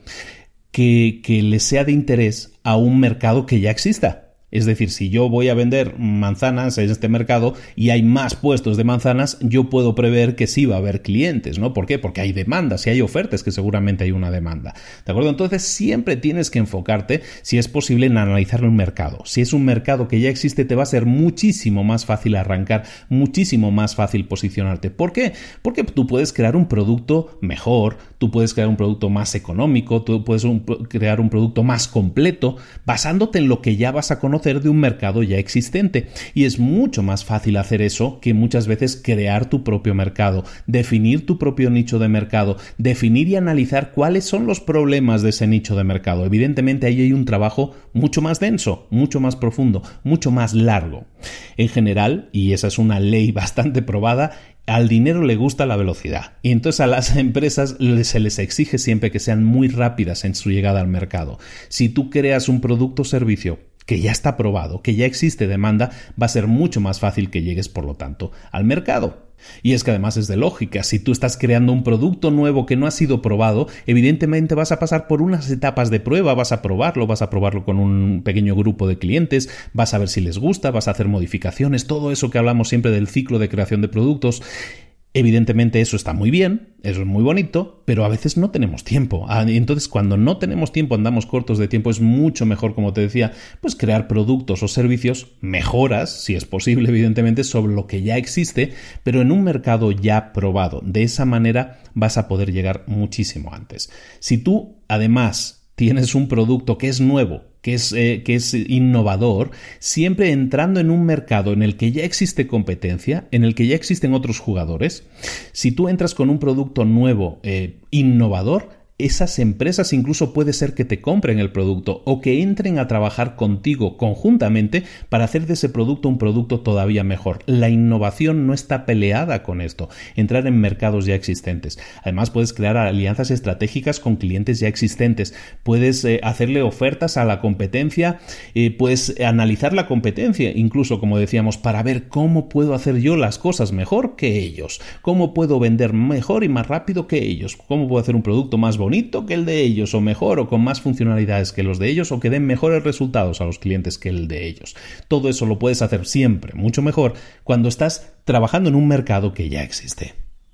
que le sea de interés a un mercado que ya exista. Es decir, si yo voy a vender manzanas en este mercado y hay más puestos de manzanas, yo puedo prever que sí va a haber clientes, ¿no? ¿Por qué? Porque hay demanda, si hay ofertas, que seguramente hay una demanda. ¿De acuerdo? Entonces siempre tienes que enfocarte, si es posible, en analizar un mercado. Si es un mercado que ya existe, te va a ser muchísimo más fácil arrancar, muchísimo más fácil posicionarte. ¿Por qué? Porque tú puedes crear un producto mejor, tú puedes crear un producto más económico, tú puedes crear un producto más completo, basándote en lo que ya vas a conocer de un mercado ya existente. Y es mucho más fácil hacer eso que muchas veces crear tu propio mercado, definir tu propio nicho de mercado, definir y analizar cuáles son los problemas de ese nicho de mercado. Evidentemente ahí hay un trabajo mucho más denso, mucho más profundo, mucho más largo. En general, y esa es una ley bastante probada, al dinero le gusta la velocidad y entonces a las empresas se les exige siempre que sean muy rápidas en su llegada al mercado. Si tú creas un producto o servicio que ya está probado, que ya existe demanda, va a ser mucho más fácil que llegues, por lo tanto, al mercado. Y es que además es de lógica, si tú estás creando un producto nuevo que no ha sido probado, evidentemente vas a pasar por unas etapas de prueba, vas a probarlo con un pequeño grupo de clientes, vas a ver si les gusta, vas a hacer modificaciones, todo eso que hablamos siempre del ciclo de creación de productos. Evidentemente eso está muy bien, eso es muy bonito, pero a veces no tenemos tiempo. Entonces cuando no tenemos tiempo, andamos cortos de tiempo, es mucho mejor, como te decía, pues crear productos o servicios, mejoras, si es posible evidentemente, sobre lo que ya existe, pero en un mercado ya probado. De esa manera vas a poder llegar muchísimo antes. Si tú además tienes un producto que es nuevo, que es innovador, siempre entrando en un mercado en el que ya existe competencia, en el que ya existen otros jugadores. Si tú entras con un producto nuevo, innovador, esas empresas incluso puede ser que te compren el producto o que entren a trabajar contigo conjuntamente para hacer de ese producto un producto todavía mejor. La innovación no está peleada con esto, entrar en mercados ya existentes. Además, puedes crear alianzas estratégicas con clientes ya existentes, puedes hacerle ofertas a la competencia, puedes analizar la competencia, incluso como decíamos, para ver cómo puedo hacer yo las cosas mejor que ellos, cómo puedo vender mejor y más rápido que ellos, cómo puedo hacer un producto más bonito que el de ellos, o mejor, o con más funcionalidades que los de ellos, o que den mejores resultados a los clientes que el de ellos. Todo eso lo puedes hacer siempre mucho mejor cuando estás trabajando en un mercado que ya existe.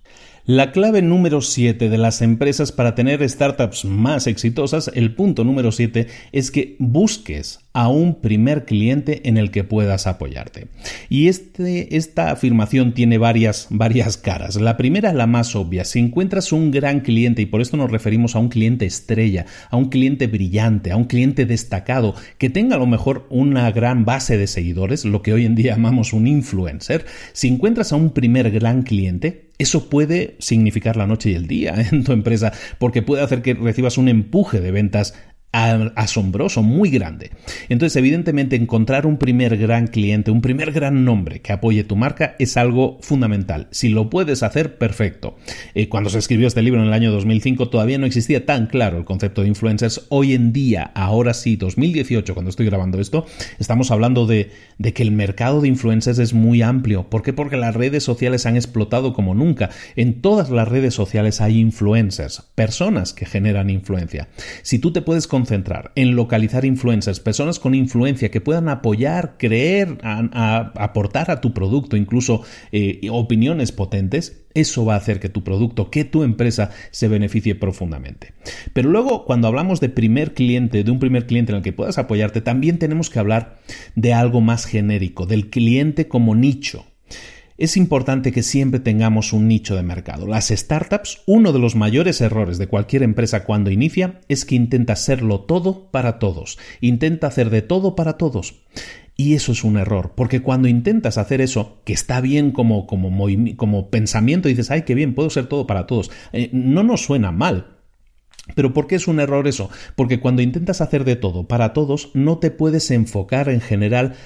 La clave número 7 de las empresas para tener startups más exitosas, el punto número 7, es que busques a un primer cliente en el que puedas apoyarte. Y esta afirmación tiene varias caras. La primera, la más obvia. Si encuentras un gran cliente, y por esto nos referimos a un cliente estrella, a un cliente brillante, a un cliente destacado, que tenga a lo mejor una gran base de seguidores, lo que hoy en día llamamos un influencer, si encuentras a un primer gran cliente, eso puede significar la noche y el día en tu empresa, porque puede hacer que recibas un empuje de ventas asombroso, muy grande. Entonces, evidentemente, encontrar un primer gran cliente, un primer gran nombre que apoye tu marca es algo fundamental. Si lo puedes hacer, perfecto. Cuando se escribió este libro en el año 2005, todavía no existía tan claro el concepto de influencers. Hoy en día, ahora sí, 2018, cuando estoy grabando esto, estamos hablando de que el mercado de influencers es muy amplio. ¿Por qué? Porque las redes sociales han explotado como nunca. En todas las redes sociales hay influencers, personas que generan influencia. Si tú te puedes concentrar en localizar influencers, personas con influencia que puedan apoyar, creer, aportar a tu producto, incluso opiniones potentes, eso va a hacer que tu producto, que tu empresa se beneficie profundamente. Pero luego, cuando hablamos de un primer cliente en el que puedas apoyarte, también tenemos que hablar de algo más genérico, del cliente como nicho. Es importante que siempre tengamos un nicho de mercado. Las startups, uno de los mayores errores de cualquier empresa cuando inicia es que intenta serlo todo para todos. Intenta hacer de todo para todos. Y eso es un error, porque cuando intentas hacer eso, que está bien como pensamiento, dices, ¡ay, qué bien, puedo ser todo para todos! No nos suena mal. ¿Pero por qué es un error eso? Porque cuando intentas hacer de todo para todos, no te puedes enfocar en generar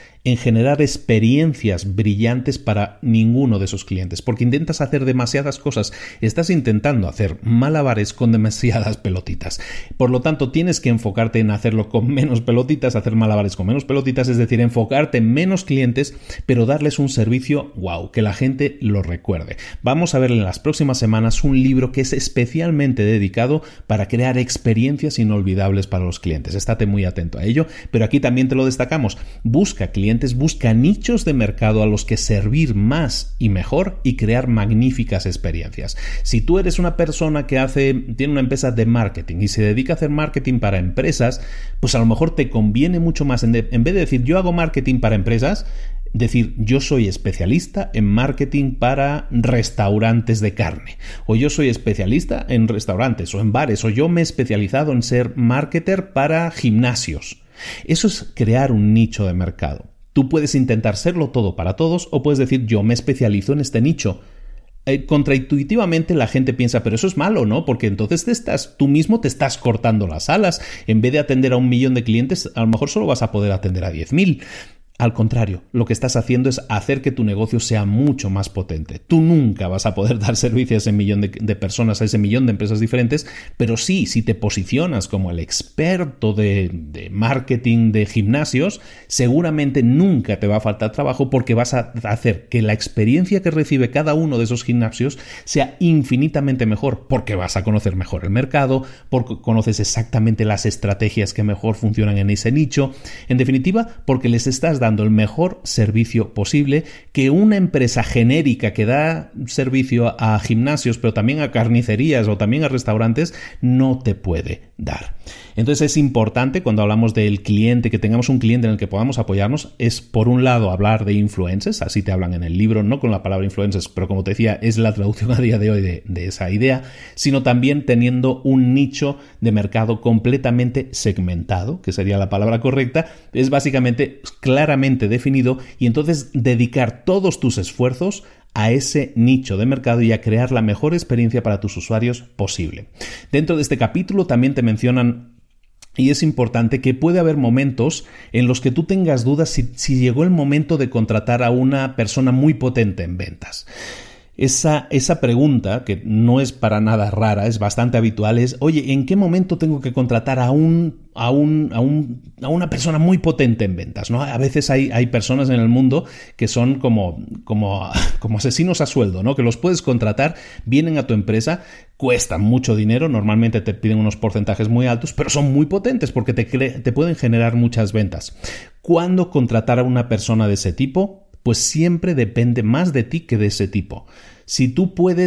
experiencias brillantes para ninguno de esos clientes, porque intentas hacer demasiadas cosas, estás intentando hacer malabares con demasiadas pelotitas. Por lo tanto, tienes que enfocarte en hacerlo con menos pelotitas, hacer malabares con menos pelotitas, es decir, enfocarte en menos clientes, pero darles un servicio, wow, que la gente lo recuerde. Vamos a ver en las próximas semanas un libro que es especialmente dedicado para crear experiencias inolvidables para los clientes. Estate muy atento a ello, pero aquí también te lo destacamos. Busca clientes, busca nichos de mercado a los que servir más y mejor y crear magníficas experiencias. Si tú eres una persona que tiene una empresa de marketing y se dedica a hacer marketing para empresas, pues a lo mejor te conviene mucho más, en vez de decir yo hago marketing para empresas, decir yo soy especialista en marketing para restaurantes de carne, o yo soy especialista en restaurantes o en bares, o yo me he especializado en ser marketer para gimnasios. Eso es crear un nicho de mercado. Tú puedes intentar serlo todo para todos o puedes decir yo me especializo en este nicho. Contraintuitivamente la gente piensa, pero eso es malo, ¿no? Porque entonces tú mismo te estás cortando las alas. En vez de atender a 1 millón de clientes, a lo mejor solo vas a poder atender a 10.000. Al contrario, lo que estás haciendo es hacer que tu negocio sea mucho más potente. Tú nunca vas a poder dar servicio a ese millón de personas, a ese millón de empresas diferentes, pero sí, si te posicionas como el experto de marketing de gimnasios, seguramente nunca te va a faltar trabajo porque vas a hacer que la experiencia que recibe cada uno de esos gimnasios sea infinitamente mejor, porque vas a conocer mejor el mercado, porque conoces exactamente las estrategias que mejor funcionan en ese nicho. En definitiva, porque les estás dando el mejor servicio posible que una empresa genérica que da servicio a gimnasios, pero también a carnicerías o también a restaurantes, no te puede dar. Entonces es importante cuando hablamos del cliente, que tengamos un cliente en el que podamos apoyarnos, es por un lado hablar de influencers, así te hablan en el libro, no con la palabra influencers, pero como te decía, es la traducción a día de hoy de esa idea, sino también teniendo un nicho de mercado completamente segmentado, que sería la palabra correcta, es básicamente claramente definido, y entonces dedicar todos tus esfuerzos a ese nicho de mercado y a crear la mejor experiencia para tus usuarios posible. Dentro de este capítulo también te mencionan, y es importante, que puede haber momentos en los que tú tengas dudas si llegó el momento de contratar a una persona muy potente en ventas. Esa pregunta, que no es para nada rara, es bastante habitual, es, oye, ¿en qué momento tengo que contratar a una persona muy potente en ventas, ¿no? A veces hay personas en el mundo que son como asesinos a sueldo, ¿no? Que los puedes contratar, vienen a tu empresa, cuestan mucho dinero, normalmente te piden unos porcentajes muy altos, pero son muy potentes porque te pueden generar muchas ventas. ¿Cuándo contratar a una persona de ese tipo? Pues siempre depende más de ti que de ese tipo. Si tú puedes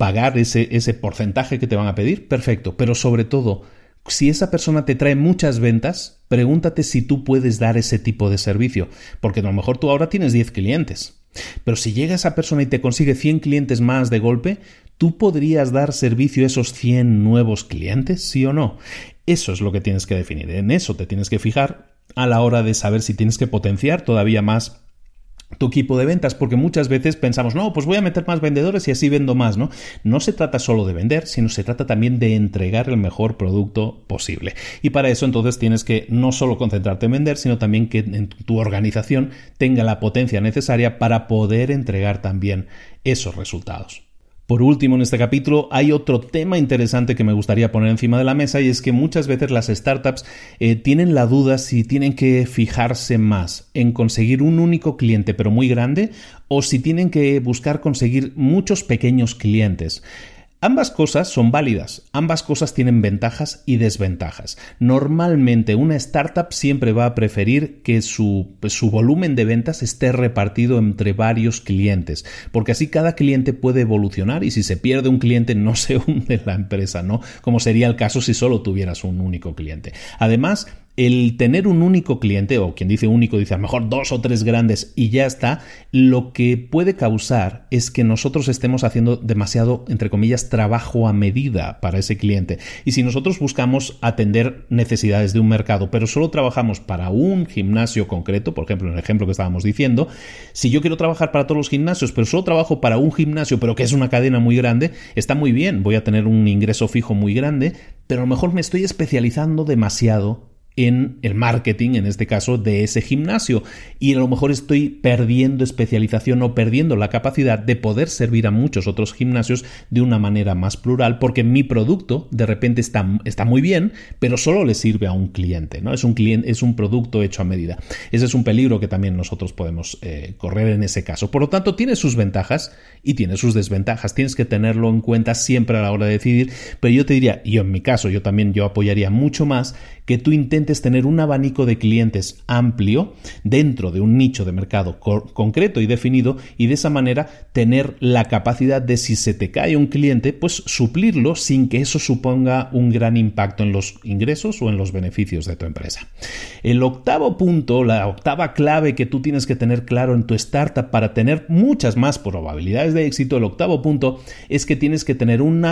pagar ese porcentaje que te van a pedir, perfecto, pero sobre todo, si esa persona te trae muchas ventas, pregúntate si tú puedes dar ese tipo de servicio, porque a lo mejor tú ahora tienes 10 clientes, pero si llega esa persona y te consigue 100 clientes más de golpe, ¿tú podrías dar servicio a esos 100 nuevos clientes, sí o no? Eso es lo que tienes que definir, en eso te tienes que fijar a la hora de saber si tienes que potenciar todavía más tu equipo de ventas, porque muchas veces pensamos, no, pues voy a meter más vendedores y así vendo más, ¿no? No se trata solo de vender, sino se trata también de entregar el mejor producto posible. Y para eso entonces tienes que no solo concentrarte en vender, sino también que en tu organización tenga la potencia necesaria para poder entregar también esos resultados. Por último, en este capítulo hay otro tema interesante que me gustaría poner encima de la mesa, y es que muchas veces las startups tienen la duda si tienen que fijarse más en conseguir un único cliente pero muy grande, o si tienen que buscar conseguir muchos pequeños clientes. Ambas cosas son válidas, ambas cosas tienen ventajas y desventajas. Normalmente una startup siempre va a preferir que su volumen de ventas esté repartido entre varios clientes, porque así cada cliente puede evolucionar y si se pierde un cliente no se hunde la empresa, ¿no? Como sería el caso si solo tuvieras un único cliente. Además, el tener un único cliente, o quien dice único dice a lo mejor 2 o 3 grandes y ya está, lo que puede causar es que nosotros estemos haciendo demasiado, entre comillas, trabajo a medida para ese cliente. Y si nosotros buscamos atender necesidades de un mercado, pero solo trabajamos para un gimnasio concreto, por ejemplo, en el ejemplo que estábamos diciendo, si yo quiero trabajar para todos los gimnasios, pero solo trabajo para un gimnasio, pero que es una cadena muy grande, está muy bien, voy a tener un ingreso fijo muy grande, pero a lo mejor me estoy especializando demasiado en el marketing, en este caso, de ese gimnasio, y a lo mejor estoy perdiendo especialización o perdiendo la capacidad de poder servir a muchos otros gimnasios de una manera más plural, porque mi producto de repente está muy bien, pero solo le sirve a un cliente, ¿no? Es un producto hecho a medida. Ese es un peligro que también nosotros podemos correr en ese caso. Por lo tanto, tiene sus ventajas y tiene sus desventajas. Tienes que tenerlo en cuenta siempre a la hora de decidir, pero yo te diría, yo en mi caso, yo apoyaría mucho más que tú intentes tener un abanico de clientes amplio dentro de un nicho de mercado concreto y definido, y de esa manera tener la capacidad de, si se te cae un cliente, pues suplirlo sin que eso suponga un gran impacto en los ingresos o en los beneficios de tu empresa. El octavo punto, la octava clave que tú tienes que tener claro en tu startup para tener muchas más probabilidades de éxito, el octavo punto es que tienes que tener un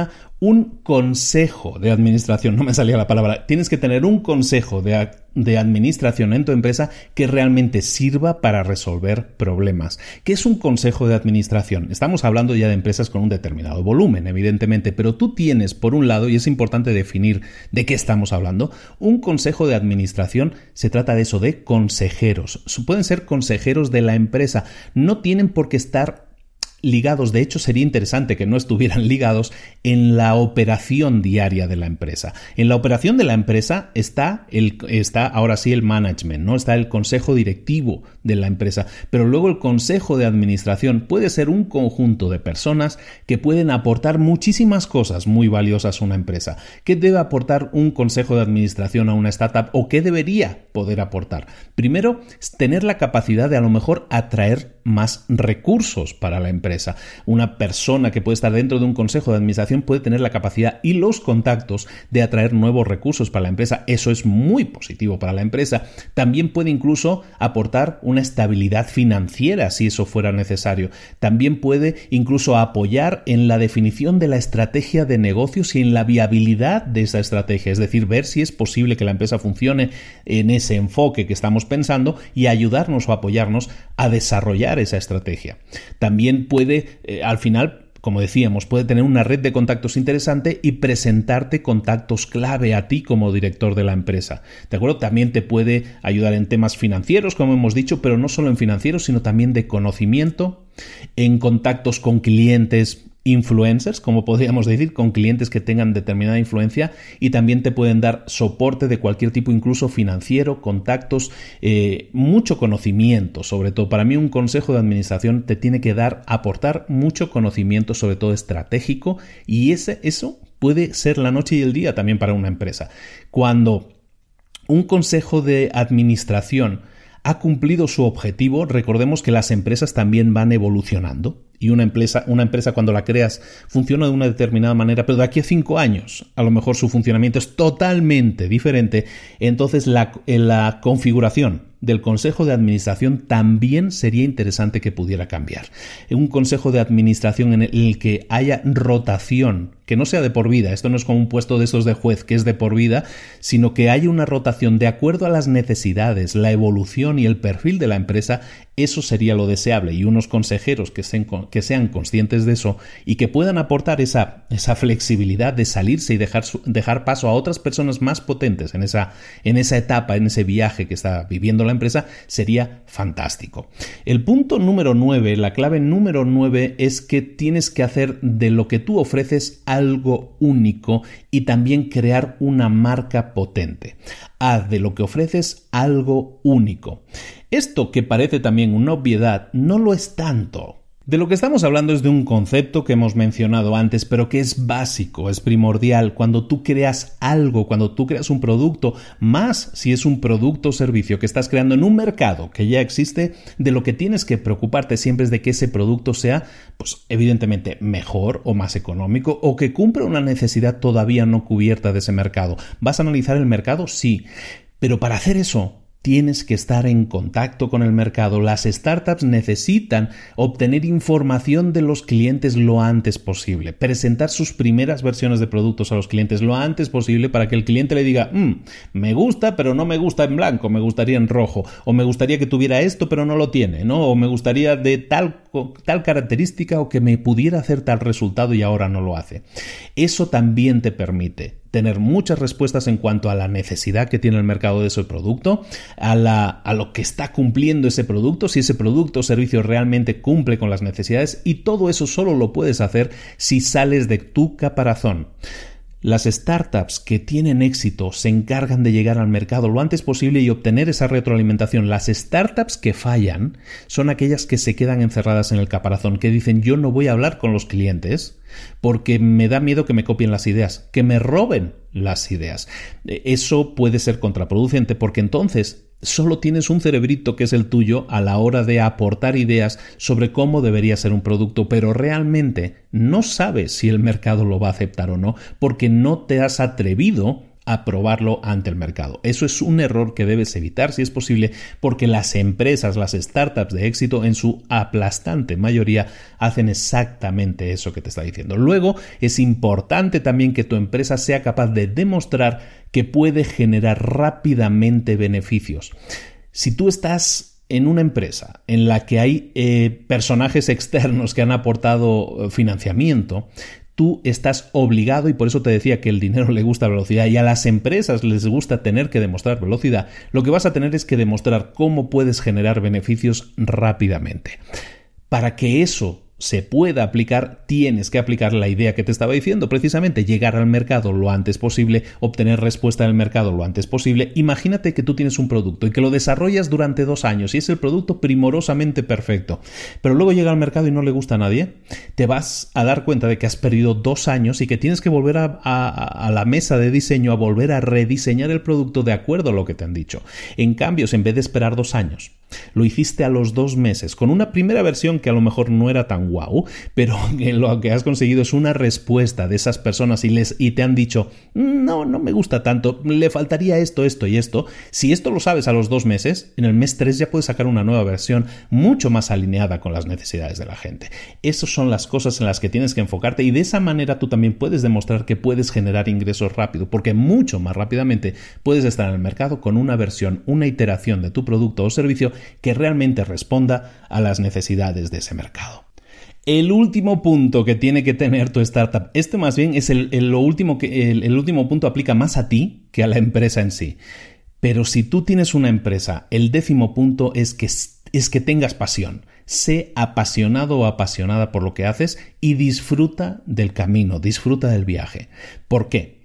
consejo de administración, no me salía la palabra, tienes que tener un consejo de administración en tu empresa que realmente sirva para resolver problemas. ¿Qué es un consejo de administración? Estamos hablando ya de empresas con un determinado volumen, evidentemente, pero tú tienes, por un lado, y es importante definir de qué estamos hablando, un consejo de administración se trata de eso, de consejeros. Pueden ser consejeros de la empresa, no tienen por qué estar ligados, de hecho sería interesante que no estuvieran ligados en la operación diaria de la empresa. En la operación de la empresa está ahora sí el management, ¿no? Está el consejo directivo de la empresa, pero luego el consejo de administración puede ser un conjunto de personas que pueden aportar muchísimas cosas muy valiosas a una empresa. ¿Qué debe aportar un consejo de administración a una startup o qué debería poder aportar? Primero, tener la capacidad de a lo mejor atraer más recursos para la empresa. Una persona que puede estar dentro de un consejo de administración puede tener la capacidad y los contactos de atraer nuevos recursos para la empresa. Eso es muy positivo para la empresa. También puede incluso aportar una estabilidad financiera si eso fuera necesario. También puede incluso apoyar en la definición de la estrategia de negocios y en la viabilidad de esa estrategia. Es decir, ver si es posible que la empresa funcione en ese enfoque que estamos pensando y ayudarnos o apoyarnos a desarrollar esa estrategia. También puede, al final, como decíamos, puede tener una red de contactos interesante y presentarte contactos clave a ti como director de la empresa. ¿De acuerdo? También te puede ayudar en temas financieros, como hemos dicho, pero no solo en financieros, sino también de conocimiento, en contactos con clientes influencers, como podríamos decir, con clientes que tengan determinada influencia, y también te pueden dar soporte de cualquier tipo, incluso financiero, contactos, mucho conocimiento. Sobre todo, para mí un consejo de administración te tiene que aportar mucho conocimiento, sobre todo estratégico, y eso puede ser la noche y el día también para una empresa. Cuando un consejo de administración ha cumplido su objetivo, recordemos que las empresas también van evolucionando Y una empresa cuando la creas funciona de una determinada manera, pero de aquí a 5 años a lo mejor su funcionamiento es totalmente diferente. Entonces la configuración del consejo de administración también sería interesante que pudiera cambiar. Un consejo de administración en el que haya rotación, que no sea de por vida, esto no es como un puesto de esos de juez que es de por vida, sino que haya una rotación de acuerdo a las necesidades, la evolución y el perfil de la empresa. Eso sería lo deseable, y unos consejeros que sean conscientes de eso y que puedan aportar esa flexibilidad de salirse y dejar paso a otras personas más potentes en esa etapa, en ese viaje que está viviendo la empresa, sería fantástico. El punto número 9, la clave número 9 es que tienes que hacer de lo que tú ofreces algo único y también crear una marca potente. Haz de lo que ofreces algo único. Esto, que parece también una obviedad, no lo es tanto. De lo que estamos hablando es de un concepto que hemos mencionado antes, pero que es básico, es primordial. Cuando tú creas algo, cuando tú creas un producto, más si es un producto o servicio que estás creando en un mercado que ya existe, de lo que tienes que preocuparte siempre es de que ese producto sea, pues evidentemente, mejor o más económico, o que cumpla una necesidad todavía no cubierta de ese mercado. ¿Vas a analizar el mercado? Sí. Pero para hacer eso, tienes que estar en contacto con el mercado. Las startups necesitan obtener información de los clientes lo antes posible, presentar sus primeras versiones de productos a los clientes lo antes posible para que el cliente le diga, me gusta, pero no me gusta en blanco, me gustaría en rojo, o me gustaría que tuviera esto, pero no lo tiene, ¿no? O me gustaría de tal característica, o que me pudiera hacer tal resultado y ahora no lo hace. Eso también te permite tener muchas respuestas en cuanto a la necesidad que tiene el mercado de ese producto, a lo que está cumpliendo ese producto, si ese producto o servicio realmente cumple con las necesidades, y todo eso solo lo puedes hacer si sales de tu caparazón. Las startups que tienen éxito se encargan de llegar al mercado lo antes posible y obtener esa retroalimentación. Las startups que fallan son aquellas que se quedan encerradas en el caparazón, que dicen, yo no voy a hablar con los clientes porque me da miedo que me copien las ideas, que me roben las ideas. Eso puede ser contraproducente, porque entonces solo tienes un cerebrito que es el tuyo a la hora de aportar ideas sobre cómo debería ser un producto, pero realmente no sabes si el mercado lo va a aceptar o no, porque no te has atrevido a probarlo ante el mercado. Eso es un error que debes evitar si es posible, porque las empresas, las startups de éxito, en su aplastante mayoría hacen exactamente eso que te está diciendo. Luego, es importante también que tu empresa sea capaz de demostrar que puede generar rápidamente beneficios. Si tú estás en una empresa en la que hay personajes externos que han aportado financiamiento, tú estás obligado, y por eso te decía que el dinero le gusta velocidad y a las empresas les gusta tener que demostrar velocidad, lo que vas a tener es que demostrar cómo puedes generar beneficios rápidamente. Para que eso se pueda aplicar, tienes que aplicar la idea que te estaba diciendo, precisamente llegar al mercado lo antes posible, obtener respuesta del mercado lo antes posible. Imagínate que tú tienes un producto y que lo desarrollas durante 2 años y es el producto primorosamente perfecto, pero luego llega al mercado y no le gusta a nadie. Te vas a dar cuenta de que has perdido 2 años y que tienes que volver a la mesa de diseño, a volver a rediseñar el producto de acuerdo a lo que te han dicho. En cambio, en vez de esperar 2 años, lo hiciste a los 2 meses, con una primera versión que a lo mejor no era tan guau, pero lo que has conseguido es una respuesta de esas personas y te han dicho, no me gusta tanto, le faltaría esto, esto y esto. Si esto lo sabes a los 2 meses, en el mes 3 ya puedes sacar una nueva versión mucho más alineada con las necesidades de la gente. Esas son las cosas en las que tienes que enfocarte, y de esa manera tú también puedes demostrar que puedes generar ingresos rápido, porque mucho más rápidamente puedes estar en el mercado con una versión, una iteración de tu producto o servicio que realmente responda a las necesidades de ese mercado. El último punto que tiene que tener tu startup, este más bien es el último punto, aplica más a ti que a la empresa en sí. Pero si tú tienes una empresa, el 10º punto es que tengas pasión. Sé apasionado o apasionada por lo que haces y disfruta del camino, disfruta del viaje. ¿Por qué?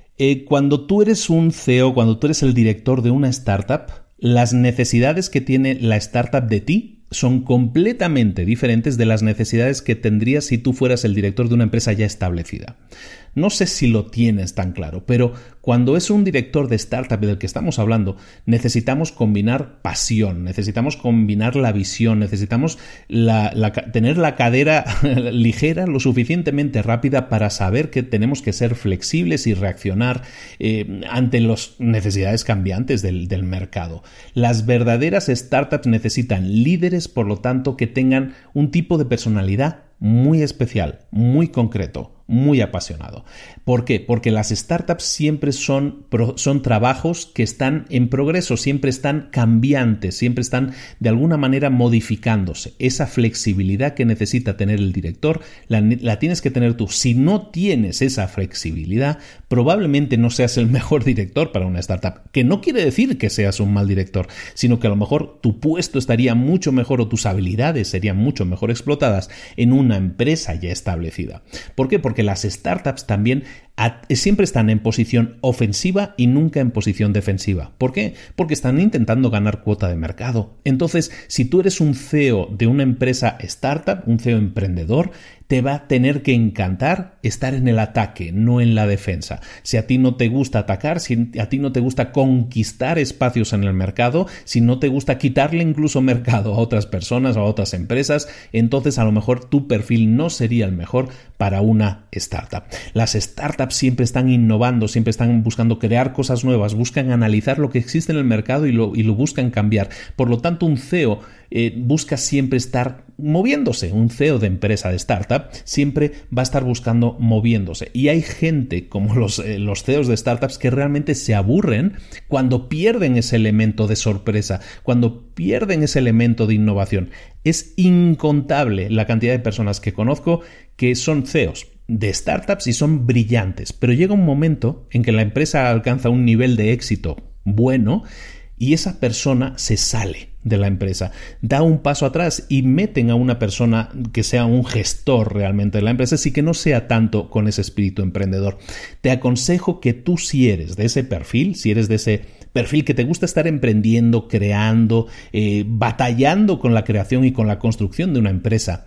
Cuando tú eres un CEO, cuando tú eres el director de una startup, las necesidades que tiene la startup de ti son completamente diferentes de las necesidades que tendrías si tú fueras el director de una empresa ya establecida. no sé si lo tienes tan claro, pero cuando es un director de startup del que estamos hablando, necesitamos combinar pasión, necesitamos combinar la visión, necesitamos tener la cadera ligera, lo suficientemente rápida para saber que tenemos que ser flexibles y reaccionar ante las necesidades cambiantes del mercado. Las verdaderas startups necesitan líderes, por lo tanto, que tengan un tipo de personalidad muy especial, muy concreto, muy apasionado. ¿Por qué? Porque las startups siempre son trabajos que están en progreso, siempre están cambiantes, siempre están de alguna manera modificándose. Esa flexibilidad que necesita tener el director la tienes que tener tú. Si no tienes esa flexibilidad, probablemente no seas el mejor director para una startup, que no quiere decir que seas un mal director, sino que a lo mejor tu puesto estaría mucho mejor o tus habilidades serían mucho mejor explotadas en una empresa ya establecida. ¿Por qué? Porque las startups también siempre están en posición ofensiva y nunca en posición defensiva. ¿Por qué? Porque están intentando ganar cuota de mercado. Entonces, si tú eres un CEO de una empresa startup, un CEO emprendedor, te va a tener que encantar estar en el ataque, no en la defensa. Si a ti no te gusta atacar, si a ti no te gusta conquistar espacios en el mercado, si no te gusta quitarle incluso mercado a otras personas o a otras empresas, entonces a lo mejor tu perfil no sería el mejor para una startup. Las startups siempre están innovando, siempre están buscando crear cosas nuevas, buscan analizar lo que existe en el mercado y lo buscan cambiar. Por lo tanto, un CEO busca siempre estar moviéndose. Un CEO de empresa de startup siempre va a estar buscando moviéndose. Y hay gente como los CEOs de startups que realmente se aburren cuando pierden ese elemento de sorpresa, cuando pierden ese elemento de innovación. Es incontable la cantidad de personas que conozco que son CEOs de startups y son brillantes, pero llega un momento en que la empresa alcanza un nivel de éxito bueno y esa persona se sale de la empresa, da un paso atrás y meten a una persona que sea un gestor realmente de la empresa, así que no sea tanto con ese espíritu emprendedor. Te aconsejo que tú, si eres de ese perfil, si eres de ese perfil que te gusta estar emprendiendo, creando, batallando con la creación y con la construcción de una empresa,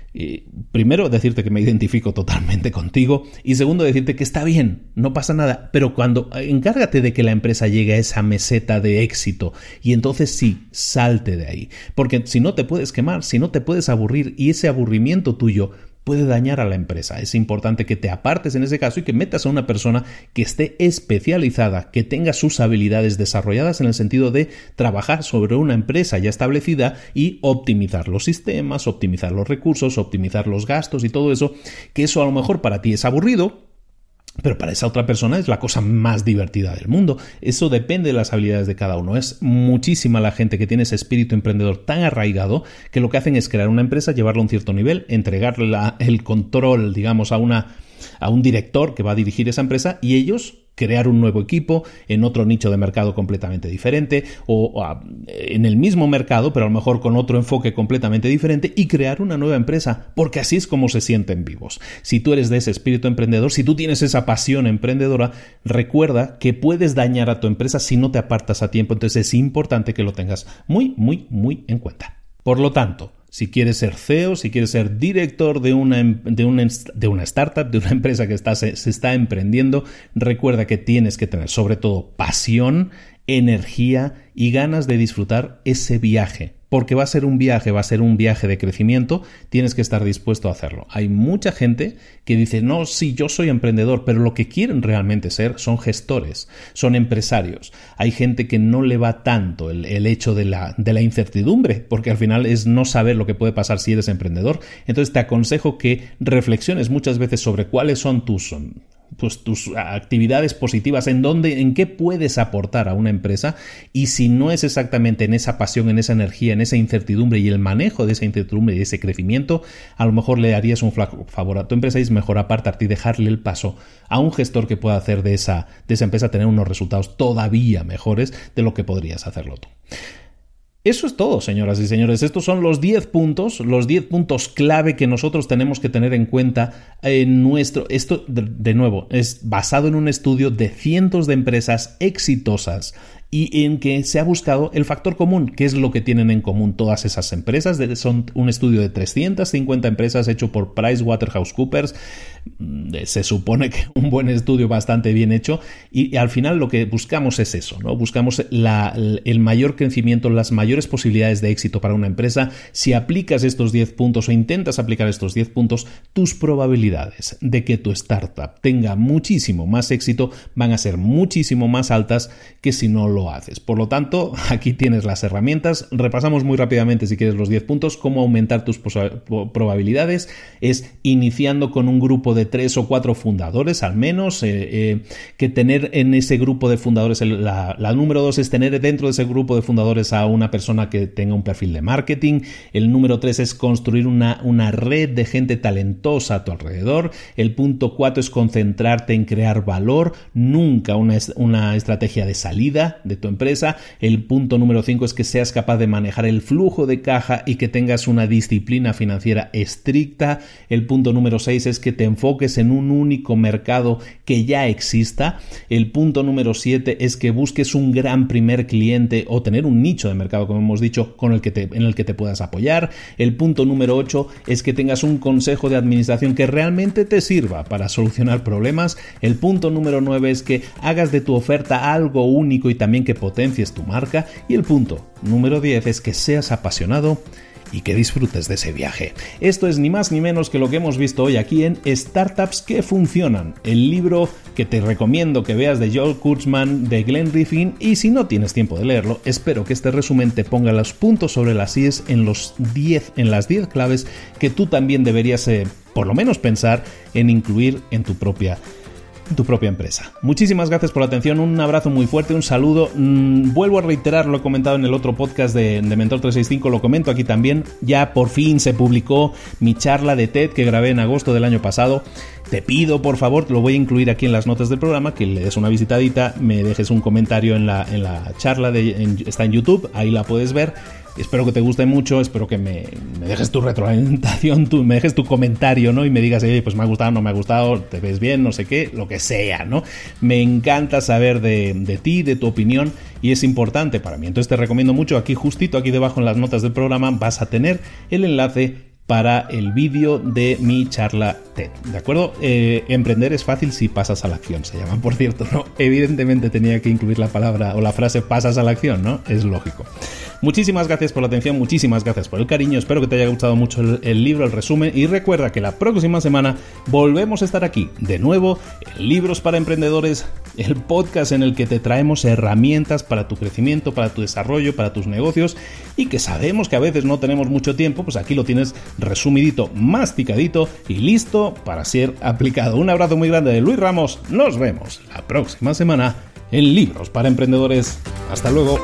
primero decirte que me identifico totalmente contigo y segundo decirte que está bien, no pasa nada, pero cuando encárgate de que la empresa llegue a esa meseta de éxito y entonces sí, salte de ahí, porque si no te puedes quemar, si no te puedes aburrir y ese aburrimiento tuyo puede dañar a la empresa. Es importante que te apartes en ese caso y que metas a una persona que esté especializada, que tenga sus habilidades desarrolladas en el sentido de trabajar sobre una empresa ya establecida y optimizar los sistemas, optimizar los recursos, optimizar los gastos y todo eso, que eso a lo mejor para ti es aburrido, pero para esa otra persona es la cosa más divertida del mundo. Eso depende de las habilidades de cada uno. Es muchísima la gente que tiene ese espíritu emprendedor tan arraigado que lo que hacen es crear una empresa, llevarla a un cierto nivel, entregarle el control, digamos, a un director que va a dirigir esa empresa y ellos crear un nuevo equipo en otro nicho de mercado completamente diferente o en el mismo mercado, pero a lo mejor con otro enfoque completamente diferente y crear una nueva empresa, porque así es como se sienten vivos. Si tú eres de ese espíritu emprendedor, si tú tienes esa pasión emprendedora, recuerda que puedes dañar a tu empresa si no te apartas a tiempo, entonces es importante que lo tengas muy, muy, muy en cuenta. Por lo tanto, si quieres ser CEO, si quieres ser director de una startup, de una empresa que se está emprendiendo, recuerda que tienes que tener sobre todo pasión, energía y ganas de disfrutar ese viaje. Porque va a ser un viaje de crecimiento, tienes que estar dispuesto a hacerlo. Hay mucha gente que dice, no, sí, yo soy emprendedor, pero lo que quieren realmente ser son gestores, son empresarios. Hay gente que no le va tanto el hecho de la incertidumbre, porque al final es no saber lo que puede pasar si eres emprendedor. Entonces te aconsejo que reflexiones muchas veces sobre cuáles son tus actividades positivas, en qué puedes aportar a una empresa, y si no es exactamente en esa pasión, en esa energía, en esa incertidumbre y el manejo de esa incertidumbre y ese crecimiento, a lo mejor le harías un favor a tu empresa y es mejor apartarte y dejarle el paso a un gestor que pueda hacer de esa empresa tener unos resultados todavía mejores de lo que podrías hacerlo tú. Eso es todo, señoras y señores. Estos son los 10 puntos clave que nosotros tenemos que tener en cuenta en esto, de nuevo, es basado en un estudio de cientos de empresas exitosas y en que se ha buscado el factor común, que es lo que tienen en común todas esas empresas. Son un estudio de 350 empresas hecho por PricewaterhouseCoopers. Se supone que un buen estudio bastante bien hecho, y al final lo que buscamos es eso, ¿no? Buscamos el mayor crecimiento, las mayores posibilidades de éxito para una empresa. Si aplicas estos 10 puntos o intentas aplicar estos 10 puntos, tus probabilidades de que tu startup tenga muchísimo más éxito van a ser muchísimo más altas que si no lo haces. Por lo tanto, aquí tienes las herramientas. Repasamos muy rápidamente, si quieres, los 10 puntos. Cómo aumentar tus probabilidades es iniciando con un grupo de 3 o 4 fundadores al menos, que tener en ese grupo de fundadores, la número 2 es tener dentro de ese grupo de fundadores a una persona que tenga un perfil de marketing. El número 3 es construir una red de gente talentosa a tu alrededor. El punto 4 es concentrarte en crear valor, nunca una estrategia de salida de tu empresa. El punto número 5 es que seas capaz de manejar el flujo de caja y que tengas una disciplina financiera estricta. El punto número 6 es que te enfoques en un único mercado que ya exista. El punto número 7 es que busques un gran primer cliente o tener un nicho de mercado, como hemos dicho, en el que te puedas apoyar. El punto número 8 es que tengas un consejo de administración que realmente te sirva para solucionar problemas. El punto número 9 es que hagas de tu oferta algo único y también que potencies tu marca. Y el punto número 10 es que seas apasionado y que disfrutes de ese viaje. Esto es ni más ni menos que lo que hemos visto hoy aquí en Startups que Funcionan, el libro que te recomiendo que veas de Joel Kurtzman, de Glenn Riefin, y si no tienes tiempo de leerlo, espero que este resumen te ponga los puntos sobre las IES en las 10 claves que tú también deberías por lo menos pensar en incluir en tu propia empresa. Muchísimas gracias por la atención, un abrazo muy fuerte, un saludo. Vuelvo a reiterar, lo he comentado en el otro podcast de Mentor 365, lo comento aquí también. Ya por fin se publicó mi charla de TED que grabé en agosto del año pasado. Te pido, por favor, lo voy a incluir aquí en las notas del programa, que le des una visitadita, me dejes un comentario en la charla, está en YouTube, ahí la puedes ver. Espero que te guste mucho, espero que me dejes tu retroalimentación, me dejes tu comentario, ¿no? Y me digas, pues me ha gustado, no me ha gustado, te ves bien, no sé qué, lo que sea, ¿no? Me encanta saber de ti, de tu opinión, y es importante para mí. Entonces te recomiendo mucho, aquí justito, aquí debajo en las notas del programa, vas a tener el enlace para el vídeo de mi charla TED, ¿de acuerdo? Emprender es fácil si pasas a la acción, se llama, por cierto, ¿no? Evidentemente tenía que incluir la palabra o la frase pasas a la acción, ¿no? Es lógico. Muchísimas gracias por la atención, muchísimas gracias por el cariño, espero que te haya gustado mucho el libro, el resumen, y recuerda que la próxima semana volvemos a estar aquí, de nuevo, en Libros para Emprendedores, el podcast en el que te traemos herramientas para tu crecimiento, para tu desarrollo, para tus negocios, y que sabemos que a veces no tenemos mucho tiempo, pues aquí lo tienes resumidito, masticadito y listo para ser aplicado. Un abrazo muy grande de Luis Ramos, nos vemos la próxima semana en Libros para Emprendedores. Hasta luego.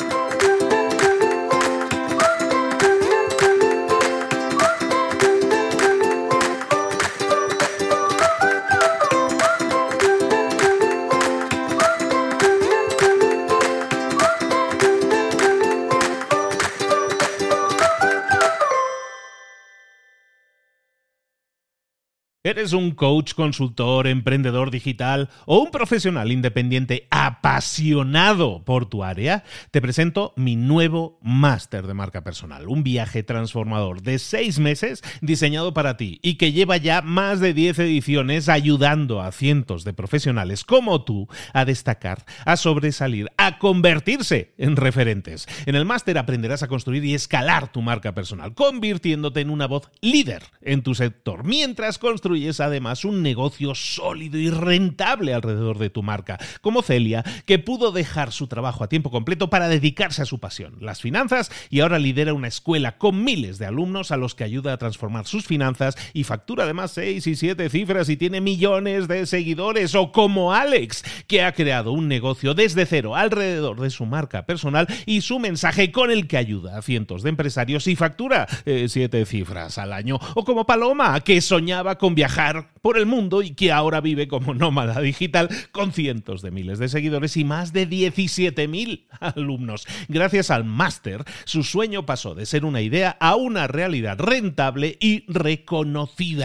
¿Eres un coach, consultor, emprendedor digital o un profesional independiente apasionado por tu área? Te presento mi nuevo máster de marca personal, un viaje transformador de 6 meses diseñado para ti y que lleva ya más de 10 ediciones ayudando a cientos de profesionales como tú a destacar, a sobresalir, a convertirse en referentes. En el máster aprenderás a construir y escalar tu marca personal, convirtiéndote en una voz líder en tu sector, mientras construyes además un negocio sólido y rentable alrededor de tu marca, como Celia, que pudo dejar su trabajo a tiempo completo para dedicarse a su pasión, las finanzas, y ahora lidera una escuela con miles de alumnos a los que ayuda a transformar sus finanzas y factura además 6 y 7 cifras y tiene millones de seguidores. O como Alex, que ha creado un negocio desde cero alrededor de su marca personal y su mensaje, con el que ayuda a cientos de empresarios y factura 7 cifras al año. O como Paloma, que soñaba con viajar por el mundo y que ahora vive como nómada digital con cientos de miles de seguidores y más de 17.000 alumnos. Gracias al máster, su sueño pasó de ser una idea a una realidad rentable y reconocida.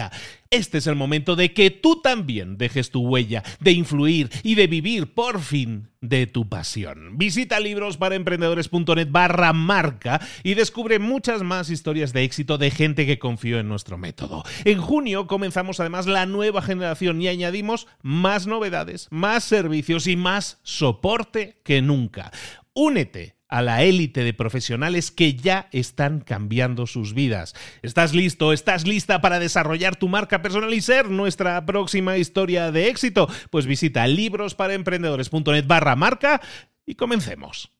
Este es el momento de que tú también dejes tu huella, de influir y de vivir, por fin, de tu pasión. Visita librosparaemprendedores.net/marca y descubre muchas más historias de éxito de gente que confió en nuestro método. En junio comenzamos además la nueva generación y añadimos más novedades, más servicios y más soporte que nunca. Únete a la élite de profesionales que ya están cambiando sus vidas. ¿Estás listo? ¿Estás lista para desarrollar tu marca personal y ser nuestra próxima historia de éxito? Pues visita librosparaemprendedores.net/marca y comencemos.